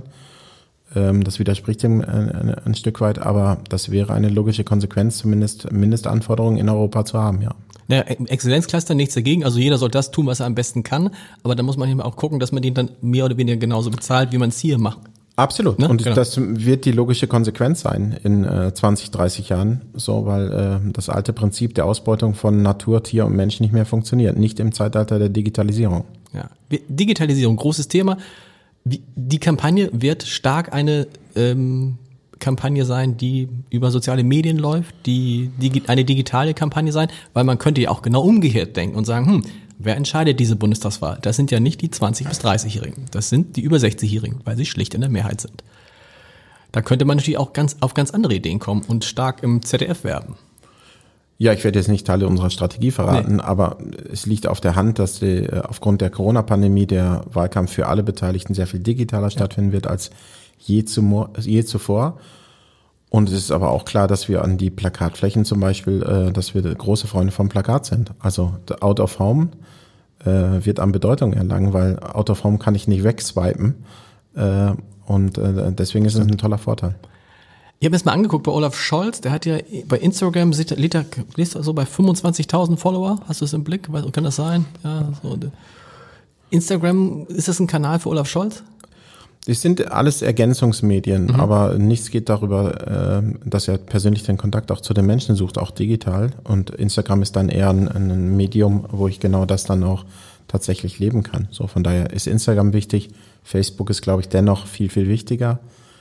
Ähm, das widerspricht dem äh, ein, ein Stück weit, aber das wäre eine logische Konsequenz, zumindest Mindestanforderungen in Europa zu haben, ja. Ja, Exzellenzcluster, nichts dagegen. Also jeder soll das tun, was er am besten kann. Aber da muss man eben auch gucken, dass man den dann mehr oder weniger genauso bezahlt, wie man es hier macht. Absolut. Ne? Und genau. Das wird die logische Konsequenz sein in äh, zwanzig, dreißig Jahren, so, weil äh, das alte Prinzip der Ausbeutung von Natur, Tier und Mensch nicht mehr funktioniert. Nicht im Zeitalter der Digitalisierung. Ja, Digitalisierung, großes Thema. Die Kampagne wird stark eine ähm, Kampagne sein, die über soziale Medien läuft, die, die eine digitale Kampagne sein, weil man könnte ja auch genau umgekehrt denken und sagen, hm, wer entscheidet diese Bundestagswahl? Das sind ja nicht die zwanzig- bis dreißigjährigen, das sind die über sechzigjährigen, weil sie schlicht in der Mehrheit sind. Da könnte man natürlich auch ganz auf ganz andere Ideen kommen und stark im Z D F werben. Ja, ich werde jetzt nicht Teile unserer Strategie verraten, nee. Aber es liegt auf der Hand, dass die, aufgrund der Corona-Pandemie der Wahlkampf für alle Beteiligten sehr viel digitaler stattfinden wird als je, zum, je zuvor. Und es ist aber auch klar, dass wir an die Plakatflächen zum Beispiel, äh, dass wir große Freunde vom Plakat sind. Also Out of Home äh, wird an Bedeutung erlangen, weil Out of Home kann ich nicht wegswipen. Äh, und äh, deswegen ist es ein toller Vorteil. Ich habe mir das mal angeguckt bei Olaf Scholz, der hat ja bei Instagram, liegt er so bei fünfundzwanzigtausend Follower, hast du es im Blick? Kann das sein? Ja, so. Instagram, ist das ein Kanal für Olaf Scholz? Es sind alles Ergänzungsmedien, mhm. aber nichts geht darüber, dass er persönlich den Kontakt auch zu den Menschen sucht, auch digital. Und Instagram ist dann eher ein, ein Medium, wo ich genau das dann auch tatsächlich leben kann. So, von daher ist Instagram wichtig. Facebook ist, glaube ich, dennoch viel, viel wichtiger.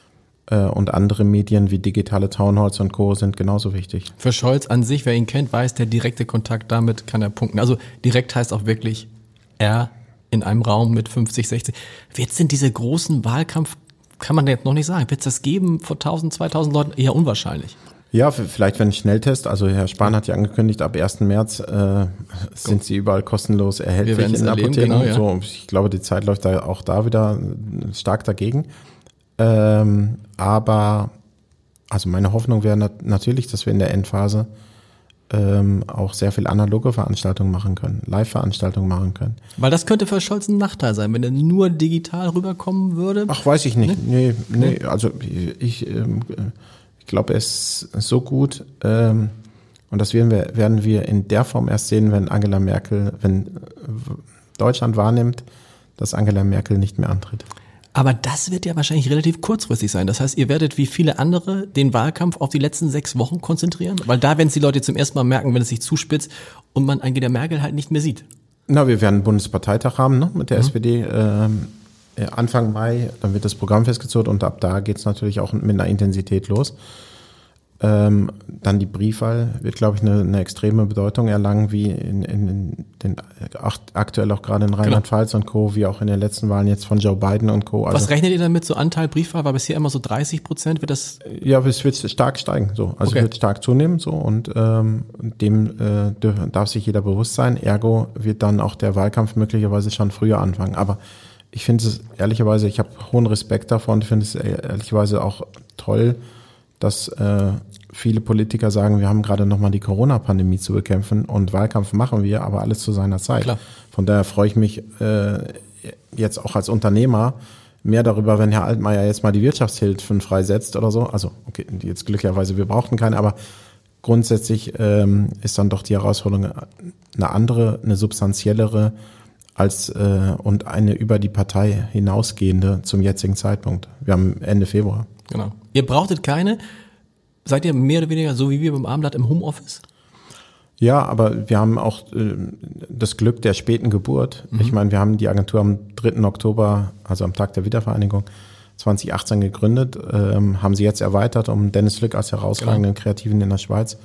Und andere Medien wie digitale Townhalls und Co. sind genauso wichtig. Für Scholz an sich, wer ihn kennt, weiß, der direkte Kontakt, damit kann er punkten. Also direkt heißt auch wirklich, er in einem Raum mit fünfzig, sechzig. Wird es denn diese großen Wahlkampf, kann man jetzt noch nicht sagen, wird es das geben vor tausend, zweitausend Leuten? Eher unwahrscheinlich. Ja, vielleicht wenn ein Schnelltest, also Herr Spahn hat ja angekündigt, ab ersten März äh, sind sie überall kostenlos erhältlich in Apotheken. Genau, ja. So, ich glaube, die Zeit läuft da auch da wieder stark dagegen. Ähm, aber also meine Hoffnung wäre nat- natürlich, dass wir in der Endphase ähm, auch sehr viel analoge Veranstaltungen machen können, Live-Veranstaltungen machen können. Weil das könnte für Scholz ein Nachteil sein, wenn er nur digital rüberkommen würde? Ach, weiß ich nicht. Nee, nee, nee also ich, ähm, ich glaube, er ist so gut ähm, und das werden wir, werden wir in der Form erst sehen, wenn Angela Merkel, wenn Deutschland wahrnimmt, dass Angela Merkel nicht mehr antritt. Aber das wird ja wahrscheinlich relativ kurzfristig sein. Das heißt, ihr werdet wie viele andere den Wahlkampf auf die letzten sechs Wochen konzentrieren? Weil da werden es die Leute zum ersten Mal merken, wenn es sich zuspitzt und man Angela Merkel halt nicht mehr sieht. Na, wir werden einen Bundesparteitag haben, ne, mit der mhm. S P D ähm, Anfang Mai. Dann wird das Programm festgezurrt und ab da geht es natürlich auch mit einer Intensität los. Ähm, dann die Briefwahl wird, glaube ich, eine, eine extreme Bedeutung erlangen, wie in, in, in den aktuell auch gerade in Rheinland-Pfalz genau. und Co., wie auch in den letzten Wahlen jetzt von Joe Biden und Co. Also, was rechnet ihr damit, so Anteil Briefwahl? War bisher immer so dreißig Prozent? Wird das? Ja, es wird stark steigen, so. Also okay. wird stark zunehmen, so. Und ähm, dem äh, darf sich jeder bewusst sein. Ergo wird dann auch der Wahlkampf möglicherweise schon früher anfangen. Aber ich finde es ehrlicherweise, ich habe hohen Respekt davon. Ich finde es ehrlicherweise auch toll, dass äh, viele Politiker sagen, wir haben gerade nochmal die Corona-Pandemie zu bekämpfen und Wahlkampf machen wir, aber alles zu seiner Zeit. Klar. Von daher freue ich mich äh, jetzt auch als Unternehmer mehr darüber, wenn Herr Altmaier jetzt mal die Wirtschaftshilfen freisetzt oder so. Also okay, jetzt glücklicherweise, wir brauchten keine, aber grundsätzlich ähm, ist dann doch die Herausforderung eine andere, eine substanziellere als äh, und eine über die Partei hinausgehende zum jetzigen Zeitpunkt. Wir haben Ende Februar. Genau. Ihr brauchtet keine, seid ihr mehr oder weniger so wie wir beim Abendblatt im Homeoffice? Ja, aber wir haben auch äh, das Glück der späten Geburt. Mhm. Ich meine, wir haben die Agentur am dritten Oktober, also am Tag der Wiedervereinigung zwanzig achtzehn gegründet, ähm, haben sie jetzt erweitert um Dennis Lück als herausragenden genau. Kreativen in der Schweiz.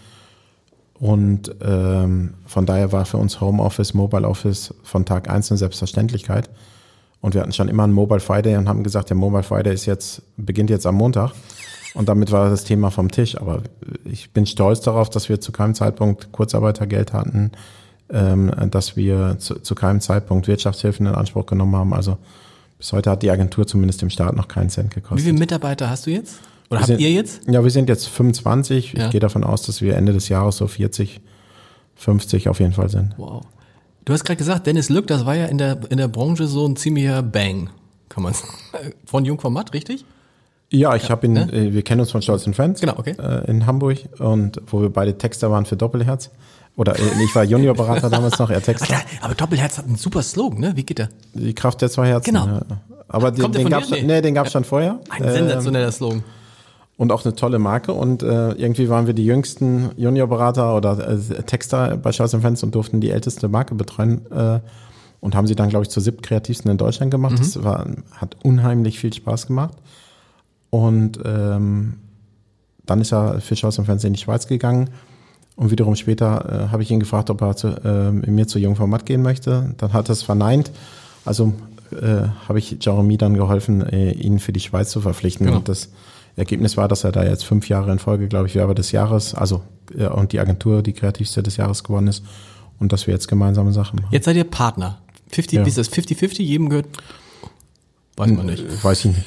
Und ähm, von daher war für uns Homeoffice, Mobile Office von Tag eins eine Selbstverständlichkeit. Und wir hatten schon immer einen Mobile Friday und haben gesagt, der Mobile Friday ist jetzt, beginnt jetzt am Montag. Und damit war das Thema vom Tisch. Aber ich bin stolz darauf, dass wir zu keinem Zeitpunkt Kurzarbeitergeld hatten, ähm, dass wir zu, zu keinem Zeitpunkt Wirtschaftshilfen in Anspruch genommen haben. Also bis heute hat die Agentur zumindest im Staat noch keinen Cent gekostet. Wie viele Mitarbeiter hast du jetzt? Oder wir habt sind, ihr jetzt? Ja, wir sind jetzt fünfundzwanzig. Ja. Ich gehe davon aus, dass wir Ende des Jahres so vierzig, fünfzig auf jeden Fall sind. Wow. Du hast gerade gesagt, Dennis Lück, das war ja in der, in der Branche so ein ziemlicher Bang, kann man sagen. Von Jung von Matt, richtig? Ja, ich ja, habe ihn, ne? Wir kennen uns von Stolz und Fans genau, okay. äh, in Hamburg und wo wir beide Texter waren für Doppelherz. Oder äh, ich war Juniorberater damals noch, er Texter. Aber, der, aber Doppelherz hat einen super Slogan, ne? Wie geht der? Die Kraft der zwei Herzen. Genau. Ja. Aber den, den gab's, nee. nee, den gab's schon vorher. Ein ähm, sensationeller Slogan. Und auch eine tolle Marke und äh, irgendwie waren wir die jüngsten Juniorberater oder äh, Texter bei Stolz und Fans und durften die älteste Marke betreuen äh, und haben sie dann, glaube ich, zur siebtkreativsten in Deutschland gemacht. Mhm. Das war, hat unheimlich viel Spaß gemacht. Und ähm, dann ist er für Stolz und Fans in die Schweiz gegangen und wiederum später äh, habe ich ihn gefragt, ob er zu, äh, mit mir zu Jung von Matt gehen möchte. Dann hat er es verneint. Also äh, habe ich Jeremy dann geholfen, äh, ihn für die Schweiz zu verpflichten. Genau. Und das Ergebnis war, dass er da jetzt fünf Jahre in Folge, glaube ich, Werber des Jahres, also ja, und die Agentur die kreativste des Jahres geworden ist und dass wir jetzt gemeinsame Sachen machen. Jetzt seid ihr Partner. fünfzig, ja. Ist das fünfzig fünfzig? Jedem gehört? Weiß man nicht. Weiß ich nicht.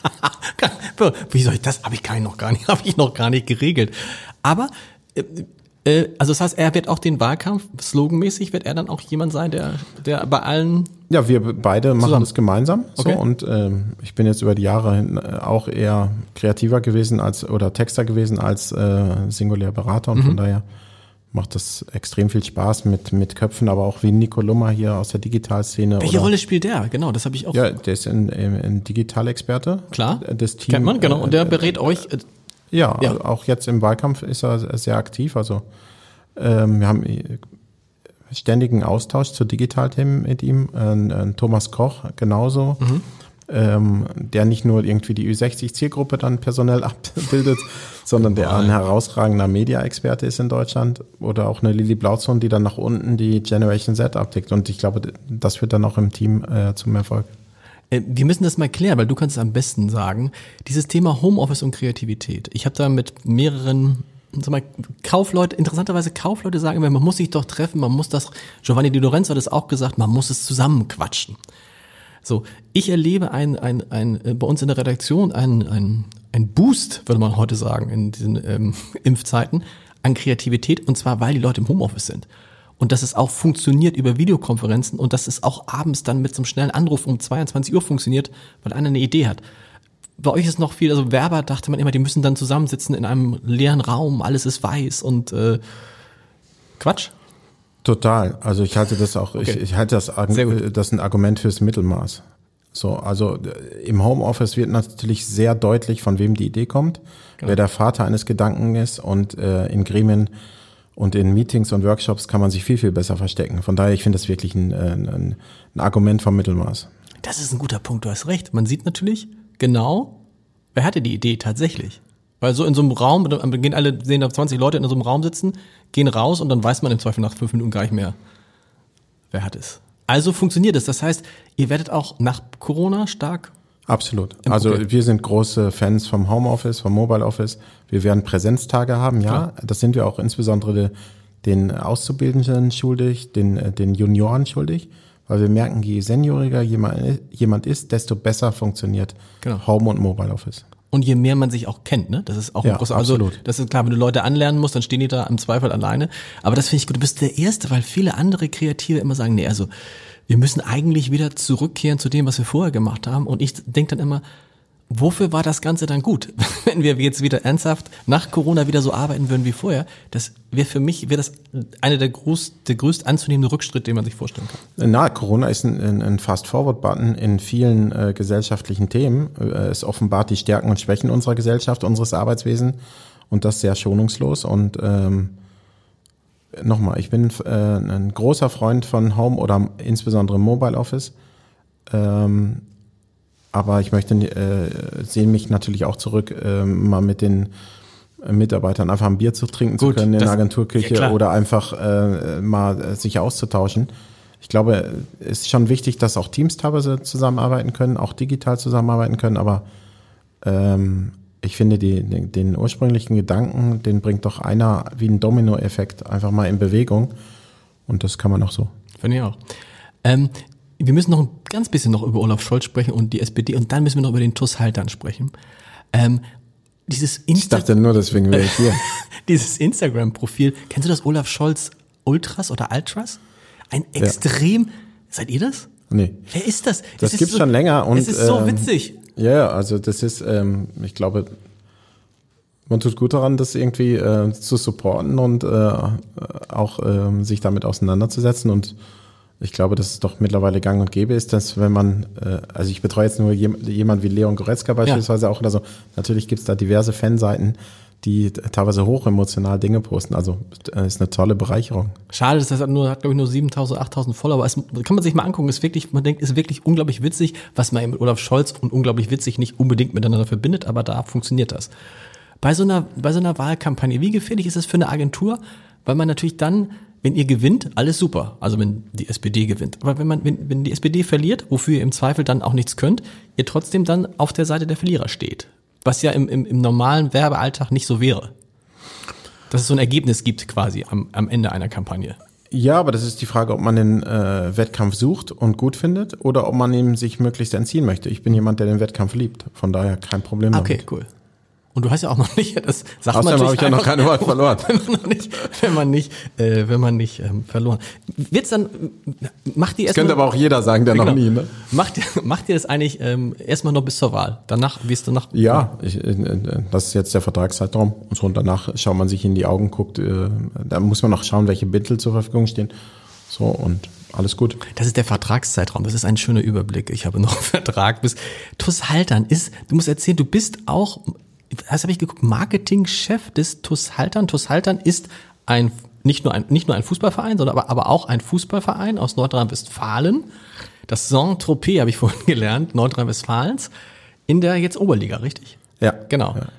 Wie soll ich das? Habe ich gar noch gar nicht, habe ich noch gar nicht geregelt. Aber äh, also das heißt, er wird auch den Wahlkampf sloganmäßig, wird er dann auch jemand sein, der der bei allen. Ja, wir beide machen zusammen. Das gemeinsam. So, okay. Und ähm, ich bin jetzt über die Jahre hin auch eher kreativer gewesen als oder Texter gewesen als äh, singulär Berater und mhm. von daher macht das extrem viel Spaß mit mit Köpfen, aber auch wie Nico Lummer hier aus der Digitalszene. Welche oder, Rolle spielt der? Genau, das habe ich auch. Ja, der ist ein, ein Digitalexperte. Klar. Das Team. Kennt man, genau. Und der berät äh, euch. Äh, ja, ja, auch jetzt im Wahlkampf ist er sehr aktiv. Also ähm, wir haben ständigen Austausch zu Digitalthemen mit ihm. Äh, Thomas Koch genauso. Mhm. Ähm, der nicht nur irgendwie die Ü sechzig Zielgruppe dann personell abbildet, sondern der ein herausragender Media-Experte ist in Deutschland oder auch eine Lili Blauzon, die dann nach unten die Generation Z abdeckt und ich glaube, das führt dann auch im Team äh, zum Erfolg. Wir müssen das mal klären, weil du kannst es am besten sagen, dieses Thema Homeoffice und Kreativität. Ich habe da mit mehreren sag mal, Kaufleute, interessanterweise Kaufleute sagen immer, man muss sich doch treffen, man muss das, Giovanni Di Lorenzo hat es auch gesagt, man muss es zusammenquatschen. So, ich erlebe ein, ein, ein, bei uns in der Redaktion ein, ein, ein Boost, würde man heute sagen, in diesen ähm, Impfzeiten, an Kreativität, und zwar, weil die Leute im Homeoffice sind. Und dass es auch funktioniert über Videokonferenzen und dass es auch abends dann mit so einem schnellen Anruf um zweiundzwanzig Uhr funktioniert, weil einer eine Idee hat. Bei euch ist noch viel, also Werber dachte man immer, die müssen dann zusammensitzen in einem leeren Raum, alles ist weiß und äh, Quatsch. Total. Also ich halte das auch, okay. ich, ich halte das, das ein Argument fürs Mittelmaß. So, also im Homeoffice wird natürlich sehr deutlich, von wem die Idee kommt, genau. Wer der Vater eines Gedanken ist und äh, in Gremien und in Meetings und Workshops kann man sich viel, viel besser verstecken. Von daher, ich finde das wirklich ein, ein, ein Argument vom Mittelmaß. Das ist ein guter Punkt, du hast recht. Man sieht natürlich genau, wer hatte die Idee tatsächlich. Weil so in so einem Raum, dann gehen alle, sehen da zwanzig Leute in so einem Raum sitzen, gehen raus und dann weiß man im Zweifel nach fünf Minuten gar nicht mehr, wer hat es. Also funktioniert es. Das heißt, ihr werdet auch nach Corona stark? Absolut. Also okay. Wir sind große Fans vom Homeoffice, vom Mobile Office. Wir werden Präsenztage haben, ja. Klar. Das sind wir auch insbesondere den Auszubildenden schuldig, den, den Junioren schuldig. Weil wir merken, je senioriger jemand, jemand ist, desto besser funktioniert genau. Home und Mobile Office. Und je mehr man sich auch kennt, ne? Das ist auch ja, ein großer, also absolut. Das ist klar, wenn du Leute anlernen musst, dann stehen die da im Zweifel alleine. Aber das finde ich gut. Du bist der Erste, weil viele andere Kreative immer sagen, nee, also wir müssen eigentlich wieder zurückkehren zu dem, was wir vorher gemacht haben. Und ich denke dann immer, wofür war das Ganze dann gut? Wenn wir jetzt wieder ernsthaft nach Corona wieder so arbeiten würden wie vorher, das wäre für mich, wäre das einer der, groß, der größt anzunehmende Rückschritt, den man sich vorstellen kann. Na, Corona ist ein, ein Fast-Forward-Button in vielen äh, gesellschaftlichen Themen. Äh, es offenbart die Stärken und Schwächen unserer Gesellschaft, unseres Arbeitswesens und das sehr schonungslos. Und ähm, nochmal, ich bin äh, ein großer Freund von Home oder insbesondere Mobile Office. Ähm, Aber ich möchte, äh, sehen mich natürlich auch zurück, äh, mal mit den Mitarbeitern einfach ein Bier zu trinken Gut, zu können in der Agenturküche ja, oder einfach äh, mal sich auszutauschen. Ich glaube, es ist schon wichtig, dass auch Teams teilweise zusammenarbeiten können, auch digital zusammenarbeiten können, aber ähm, ich finde die, den, den ursprünglichen Gedanken, den bringt doch einer wie ein Domino-Effekt einfach mal in Bewegung und das kann man auch so. Finde ich auch. Ähm, Wir müssen noch ein ganz bisschen noch über Olaf Scholz sprechen und die S P D und dann müssen wir noch über den T U S Haltern sprechen. Ähm, dieses Insta- ich dachte nur, deswegen wäre ich hier. Dieses Instagram-Profil, kennst du das Olaf Scholz Ultras oder Ultras? Ein extrem, ja. Seid ihr das? Nee. Wer ist das? Das gibt's so, schon länger und es ist so ähm, witzig. Ja, also das ist, ähm, ich glaube, man tut gut daran, das irgendwie äh, zu supporten und äh, auch äh, sich damit auseinanderzusetzen und ich glaube, dass es doch mittlerweile gang und gäbe ist, dass wenn man, äh, also ich betreue jetzt nur jem, jemand wie Leon Goretzka beispielsweise ja. auch oder so, natürlich gibt's da diverse Fanseiten, die teilweise hochemotional Dinge posten, also äh, ist eine tolle Bereicherung. Schade, dass das hat nur, hat glaube ich nur siebentausend, achttausend Follower, es kann man sich mal angucken, ist wirklich, man denkt, ist wirklich unglaublich witzig, was man mit Olaf Scholz und unglaublich witzig nicht unbedingt miteinander verbindet, aber da funktioniert das. Bei so einer, bei so einer Wahlkampagne, wie gefährlich ist das für eine Agentur, weil man natürlich dann, wenn ihr gewinnt, alles super. Also wenn die S P D gewinnt. Aber wenn man, wenn, wenn die S P D verliert, wofür ihr im Zweifel dann auch nichts könnt, ihr trotzdem dann auf der Seite der Verlierer steht. Was ja im, im, im normalen Werbealltag nicht so wäre. Dass es so ein Ergebnis gibt quasi am, am Ende einer Kampagne. Ja, aber das ist die Frage, ob man den äh, Wettkampf sucht und gut findet oder ob man ihm sich möglichst entziehen möchte. Ich bin jemand, der den Wettkampf liebt. Von daher kein Problem damit. Okay, cool. Und du hast ja auch noch nicht, das sagt Außerdem man habe ich ja noch keine Wahl verloren. Wenn man noch nicht, wenn man nicht, äh, wenn man nicht ähm, verloren. Wird's dann, macht die erstmal. Das könnte aber auch jeder sagen, der genau. noch nie, ne? Macht, macht ihr das eigentlich ähm, erstmal noch bis zur Wahl? Danach, wie ist danach? Ja, ich, das ist jetzt der Vertragszeitraum. Und so und danach schaut man sich in die Augen, guckt, äh, da muss man noch schauen, welche Mittel zur Verfügung stehen. So und alles gut. Das ist der Vertragszeitraum. Das ist ein schöner Überblick. Ich habe noch einen Vertrag bis T U S Haltern ist. Du musst erzählen, du bist auch. Das habe ich geguckt, Marketingchef des T U S Haltern. T U S Haltern ist ein nicht nur ein nicht nur ein Fußballverein, sondern aber, aber auch ein Fußballverein aus Nordrhein-Westfalen. Das Saint-Tropez habe ich vorhin gelernt, Nordrhein-Westfalens, in der jetzt Oberliga, richtig? Ja. Genau. Ja.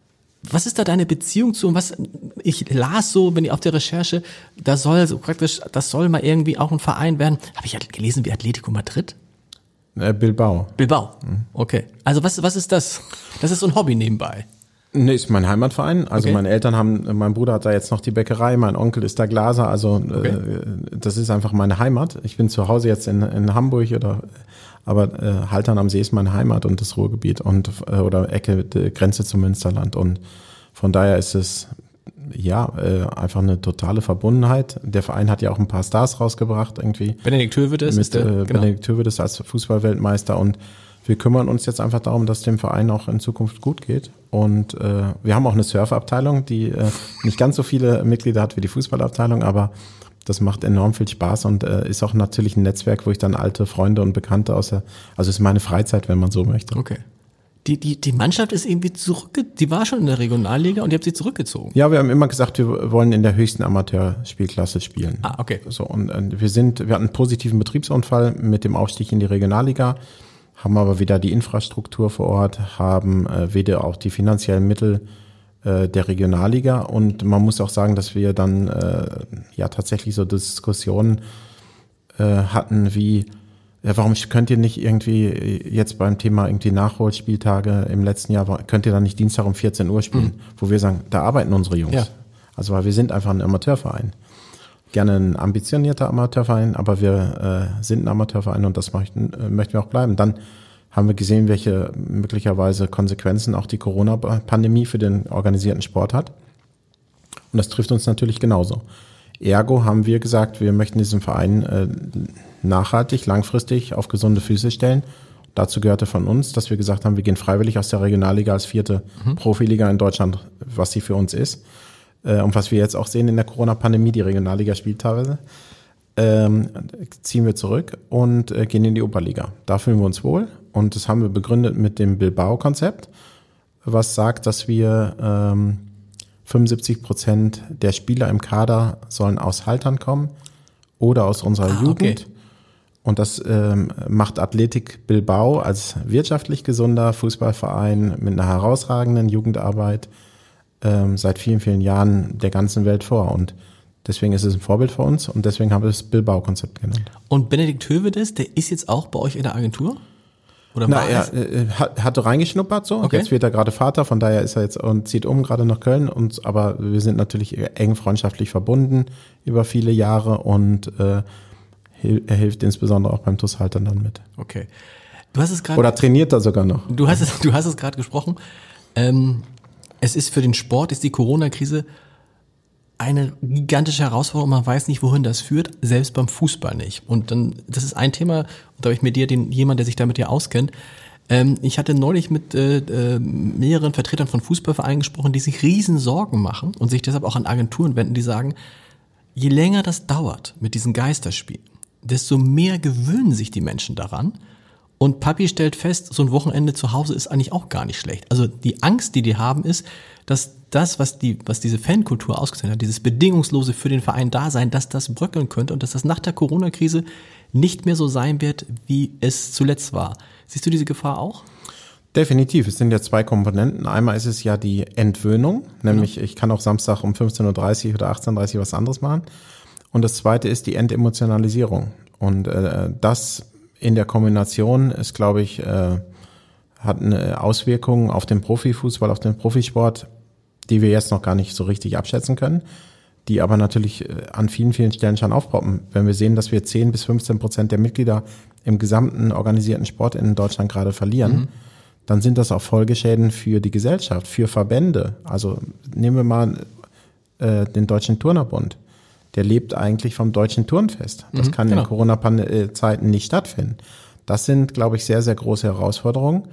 Was ist da deine Beziehung zu? Und was ich las so, wenn ich auf der Recherche, da soll so praktisch, das soll mal irgendwie auch ein Verein werden. Habe ich gelesen wie Atletico Madrid? Äh, Bilbao. Bilbao. Okay. Also was was ist das? Das ist so ein Hobby nebenbei. Nee, ist mein Heimatverein. Also okay. Meine Eltern haben, mein Bruder hat da jetzt noch die Bäckerei, mein Onkel ist da Glaser. Also okay. äh, das ist einfach meine Heimat. Ich bin zu Hause jetzt in, in Hamburg oder, aber äh, Haltern am See ist meine Heimat und das Ruhrgebiet und äh, oder Ecke Grenze zum Münsterland. Und von daher ist es ja äh, einfach eine totale Verbundenheit. Der Verein hat ja auch ein paar Stars rausgebracht irgendwie. Benedikt Höwedes ist der, äh, genau. Benedikt Höwedes als Fußballweltmeister und wir kümmern uns jetzt einfach darum, dass dem Verein auch in Zukunft gut geht. Und äh, wir haben auch eine Surfabteilung, die äh, nicht ganz so viele Mitglieder hat wie die Fußballabteilung, aber das macht enorm viel Spaß und äh, ist auch natürlich ein Netzwerk, wo ich dann alte Freunde und Bekannte aus der, also ist meine Freizeit, wenn man so möchte. Okay. Die, die, die Mannschaft ist irgendwie zurückge, die war schon in der Regionalliga und ihr habt sie zurückgezogen. Ja, wir haben immer gesagt, wir wollen in der höchsten Amateurspielklasse spielen. Ah, okay. So, und äh, wir sind, wir hatten einen positiven Betriebsunfall mit dem Aufstieg in die Regionalliga, haben aber wieder die Infrastruktur vor Ort, haben äh, weder auch die finanziellen Mittel äh, der Regionalliga. Und man muss auch sagen, dass wir dann äh, ja tatsächlich so Diskussionen äh, hatten wie, ja, warum könnt ihr nicht irgendwie jetzt beim Thema irgendwie Nachholspieltage im letzten Jahr, könnt ihr dann nicht Dienstag um vierzehn Uhr spielen, mhm. wo wir sagen, da arbeiten unsere Jungs. Ja. Also weil wir sind einfach ein Amateurverein. Gerne ein ambitionierter Amateurverein, aber wir äh, sind ein Amateurverein und das möchten, äh, möchten wir auch bleiben. Dann haben wir gesehen, welche möglicherweise Konsequenzen auch die Corona-Pandemie für den organisierten Sport hat. Und das trifft uns natürlich genauso. Ergo haben wir gesagt, wir möchten diesen Verein äh, nachhaltig, langfristig auf gesunde Füße stellen. Dazu gehörte von uns, dass wir gesagt haben, wir gehen freiwillig aus der Regionalliga als vierte mhm. Profiliga in Deutschland, was sie für uns ist. Äh, und was wir jetzt auch sehen in der Corona-Pandemie, die Regionalliga spielt teilweise, ähm, ziehen wir zurück und äh, gehen in die Oberliga. Da fühlen wir uns wohl und das haben wir begründet mit dem Bilbao-Konzept, was sagt, dass wir ähm, fünfundsiebzig Prozent der Spieler im Kader sollen aus Haltern kommen oder aus unserer ah, Jugend. Okay. Und das ähm, macht Athletik Bilbao als wirtschaftlich gesunder Fußballverein mit einer herausragenden Jugendarbeit ähm, seit vielen, vielen Jahren der ganzen Welt vor. Und deswegen ist es ein Vorbild für uns und deswegen haben wir das Bilbao-Konzept genannt. Und Benedikt Hövedes, der ist jetzt auch bei euch in der Agentur? Oder Na, er äh, hat, hatte reingeschnuppert so. Okay. Jetzt wird er gerade Vater, von daher ist er jetzt und zieht um gerade nach Köln. Und aber wir sind natürlich eng freundschaftlich verbunden über viele Jahre und äh, er hilft insbesondere auch beim T U S-Haltern dann mit. Okay. Du hast es gerade. Oder trainiert er sogar noch. Du hast es, du hast es gerade gesprochen. Ähm, es ist für den Sport, ist die Corona-Krise eine gigantische Herausforderung. Man weiß nicht, wohin das führt, selbst beim Fußball nicht. Und dann, das ist ein Thema, und da habe ich mit dir den, jemand, der sich damit ja auskennt. Ähm, ich hatte neulich mit äh, äh, mehreren Vertretern von Fußballvereinen gesprochen, die sich riesen Sorgen machen und sich deshalb auch an Agenturen wenden, die sagen, je länger das dauert mit diesen Geisterspielen, desto mehr gewöhnen sich die Menschen daran. Und Papi stellt fest, so ein Wochenende zu Hause ist eigentlich auch gar nicht schlecht. Also die Angst, die die haben, ist, dass das, was die, was diese Fankultur ausgezeichnet hat, dieses bedingungslose für den Verein Dasein, dass das bröckeln könnte und dass das nach der Corona-Krise nicht mehr so sein wird, wie es zuletzt war. Siehst du diese Gefahr auch? Definitiv. Es sind ja zwei Komponenten. Einmal ist es ja die Entwöhnung, nämlich ja. ich kann auch Samstag um fünfzehn Uhr dreißig oder achtzehn Uhr dreißig was anderes machen. Und das zweite ist die Entemotionalisierung. Und äh, das in der Kombination ist, glaube ich, äh, hat eine Auswirkung auf den Profifußball, auf den Profisport, die wir jetzt noch gar nicht so richtig abschätzen können, die aber natürlich äh, an vielen, vielen Stellen schon aufpoppen. Wenn wir sehen, dass wir zehn bis fünfzehn Prozent der Mitglieder im gesamten organisierten Sport in Deutschland gerade verlieren, mhm. dann sind das auch Folgeschäden für die Gesellschaft, für Verbände. Also nehmen wir mal äh, den Deutschen Turnerbund. Der lebt eigentlich vom Deutschen Turnfest. Das mhm, kann genau. in Corona-Zeiten nicht stattfinden. Das sind, glaube ich, sehr, sehr große Herausforderungen.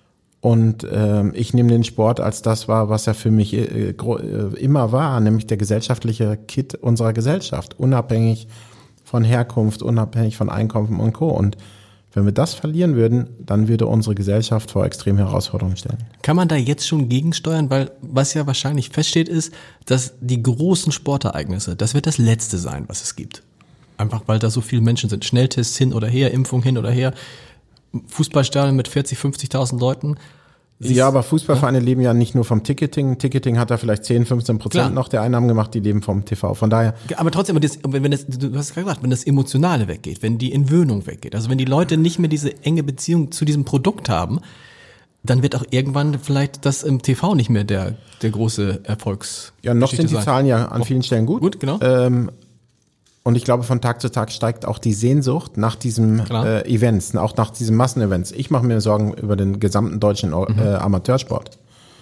Und ähm, ich nehme den Sport als das wahr, was er für mich äh, gro- äh, immer war, nämlich der gesellschaftliche Kit unserer Gesellschaft, unabhängig von Herkunft, unabhängig von Einkommen und Co. Und wenn wir das verlieren würden, dann würde unsere Gesellschaft vor extreme Herausforderungen stellen. Kann man da jetzt schon gegensteuern? Weil was ja wahrscheinlich feststeht ist, dass die großen Sportereignisse, das wird das Letzte sein, was es gibt. Einfach weil da so viele Menschen sind. Schnelltests hin oder her, Impfung hin oder her. Fußballstadion mit vierzig, fünfzigtausend Leuten. Ja, aber Fußballvereine ja. leben ja nicht nur vom Ticketing. Ticketing hat da vielleicht zehn, fünfzehn Prozent noch der Einnahmen gemacht, die leben vom T V. Von daher. Aber trotzdem, wenn das, du hast gerade gesagt, wenn das Emotionale weggeht, wenn die Entwöhnung weggeht, also wenn die Leute nicht mehr diese enge Beziehung zu diesem Produkt haben, dann wird auch irgendwann vielleicht das im T V nicht mehr der, der große Erfolgs. Ja, noch sind die sein. Zahlen ja an vielen Stellen gut. Gut, genau. Ähm, Und ich glaube, von Tag zu Tag steigt auch die Sehnsucht nach diesem äh, Events, auch nach diesen Massenevents. Ich mache mir Sorgen über den gesamten deutschen mhm. äh, Amateursport.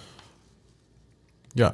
Ja.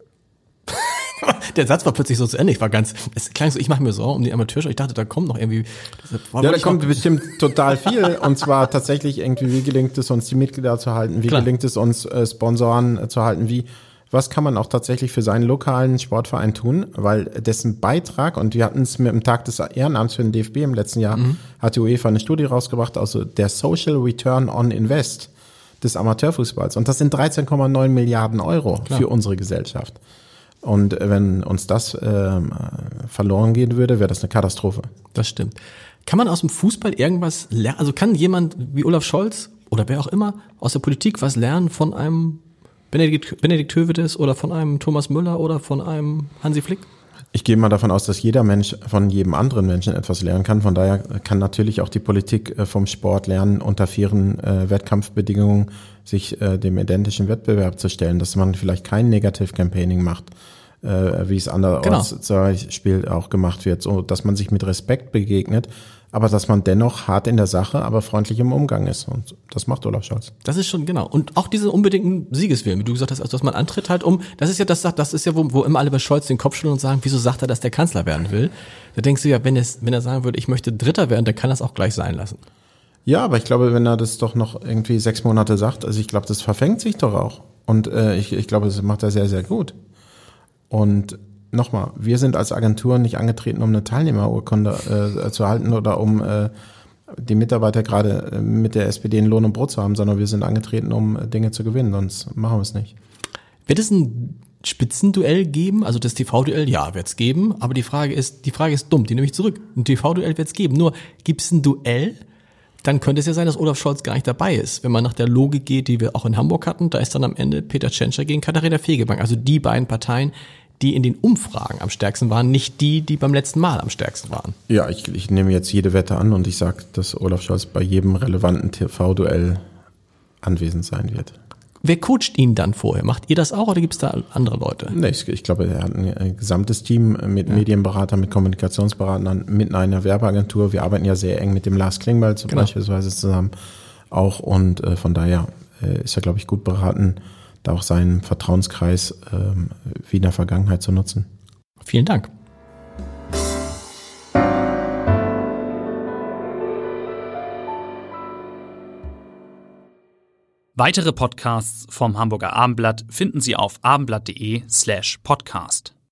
Der Satz war plötzlich so zu Ende. Ich war ganz, es klang so, ich mache mir Sorgen um den Amateursport. Ich dachte, da kommt noch irgendwie. Ja, da kommt bestimmt total viel. Und zwar tatsächlich irgendwie, wie gelingt es uns, die Mitglieder zu halten? Wie Klar. gelingt es uns, äh, Sponsoren äh, zu halten? Wie Was kann man auch tatsächlich für seinen lokalen Sportverein tun, weil dessen Beitrag, und wir hatten es mit dem Tag des Ehrenamts für den D F B im letzten Jahr, mhm. hat die UEFA eine Studie rausgebracht, also der Social Return on Invest des Amateurfußballs. Und das sind dreizehn Komma neun Milliarden Euro Klar. für unsere Gesellschaft. Und wenn uns das äh, verloren gehen würde, wäre das eine Katastrophe. Das stimmt. Kann man aus dem Fußball irgendwas lernen? Also kann jemand wie Olaf Scholz oder wer auch immer aus der Politik was lernen von einem Benedikt, Benedikt Höwedes oder von einem Thomas Müller oder von einem Hansi Flick? Ich gehe mal davon aus, dass jeder Mensch von jedem anderen Menschen etwas lernen kann. Von daher kann natürlich auch die Politik vom Sport lernen, unter fairen äh, Wettkampfbedingungen sich äh, dem identischen Wettbewerb zu stellen, dass man vielleicht kein Negativ-Campaigning macht, äh, wie es anderorts genau. zum Beispiel auch gemacht wird, so dass man sich mit Respekt begegnet, aber dass man dennoch hart in der Sache, aber freundlich im Umgang ist. Und das macht Olaf Scholz. Das ist schon, genau. Und auch diesen unbedingten Siegeswillen, wie du gesagt hast, also dass man antritt halt um, das ist ja das, das ist ja, wo, wo immer alle bei Scholz den Kopf schütteln und sagen, wieso sagt er, dass der Kanzler werden will? Da denkst du ja, wenn, es, wenn er sagen würde, ich möchte Dritter werden, dann kann er es auch gleich sein lassen. Ja, aber ich glaube, wenn er das doch noch irgendwie sechs Monate sagt, also ich glaube, das verfängt sich doch auch. Und äh, ich, ich glaube, das macht er sehr, sehr gut. Und nochmal, wir sind als Agentur nicht angetreten, um eine Teilnehmerurkunde äh, zu erhalten oder um äh, die Mitarbeiter gerade äh, mit der S P D in Lohn und Brot zu haben, sondern wir sind angetreten, um äh, Dinge zu gewinnen, sonst machen wir es nicht. Wird es ein Spitzenduell geben? Also das T V-Duell, ja, wird es geben, aber die Frage ist, die Frage ist dumm, die nehme ich zurück. Ein T V-Duell wird es geben, nur gibt es ein Duell, dann könnte es ja sein, dass Olaf Scholz gar nicht dabei ist. Wenn man nach der Logik geht, die wir auch in Hamburg hatten, da ist dann am Ende Peter Tschentscher gegen Katharina Fegebank, also die beiden Parteien, die in den Umfragen am stärksten waren, nicht die, die beim letzten Mal am stärksten waren. Ja, ich, ich nehme jetzt jede Wette an und ich sage, dass Olaf Scholz bei jedem relevanten T V-Duell anwesend sein wird. Wer coacht ihn dann vorher? Macht ihr das auch oder gibt es da andere Leute? Nee, ich, ich glaube, er hat ein, ein gesamtes Team mit ja. Medienberatern, mit Kommunikationsberatern, mit einer Werbeagentur. Wir arbeiten ja sehr eng mit dem Lars Klingbeil zum genau. beispielsweise zusammen auch und äh, von daher äh, ist er, glaube ich, gut beraten, da auch seinen Vertrauenskreis ähm, wie in der Vergangenheit zu nutzen. Vielen Dank. Weitere Podcasts vom Hamburger Abendblatt finden Sie auf abendblatt.de slash podcast.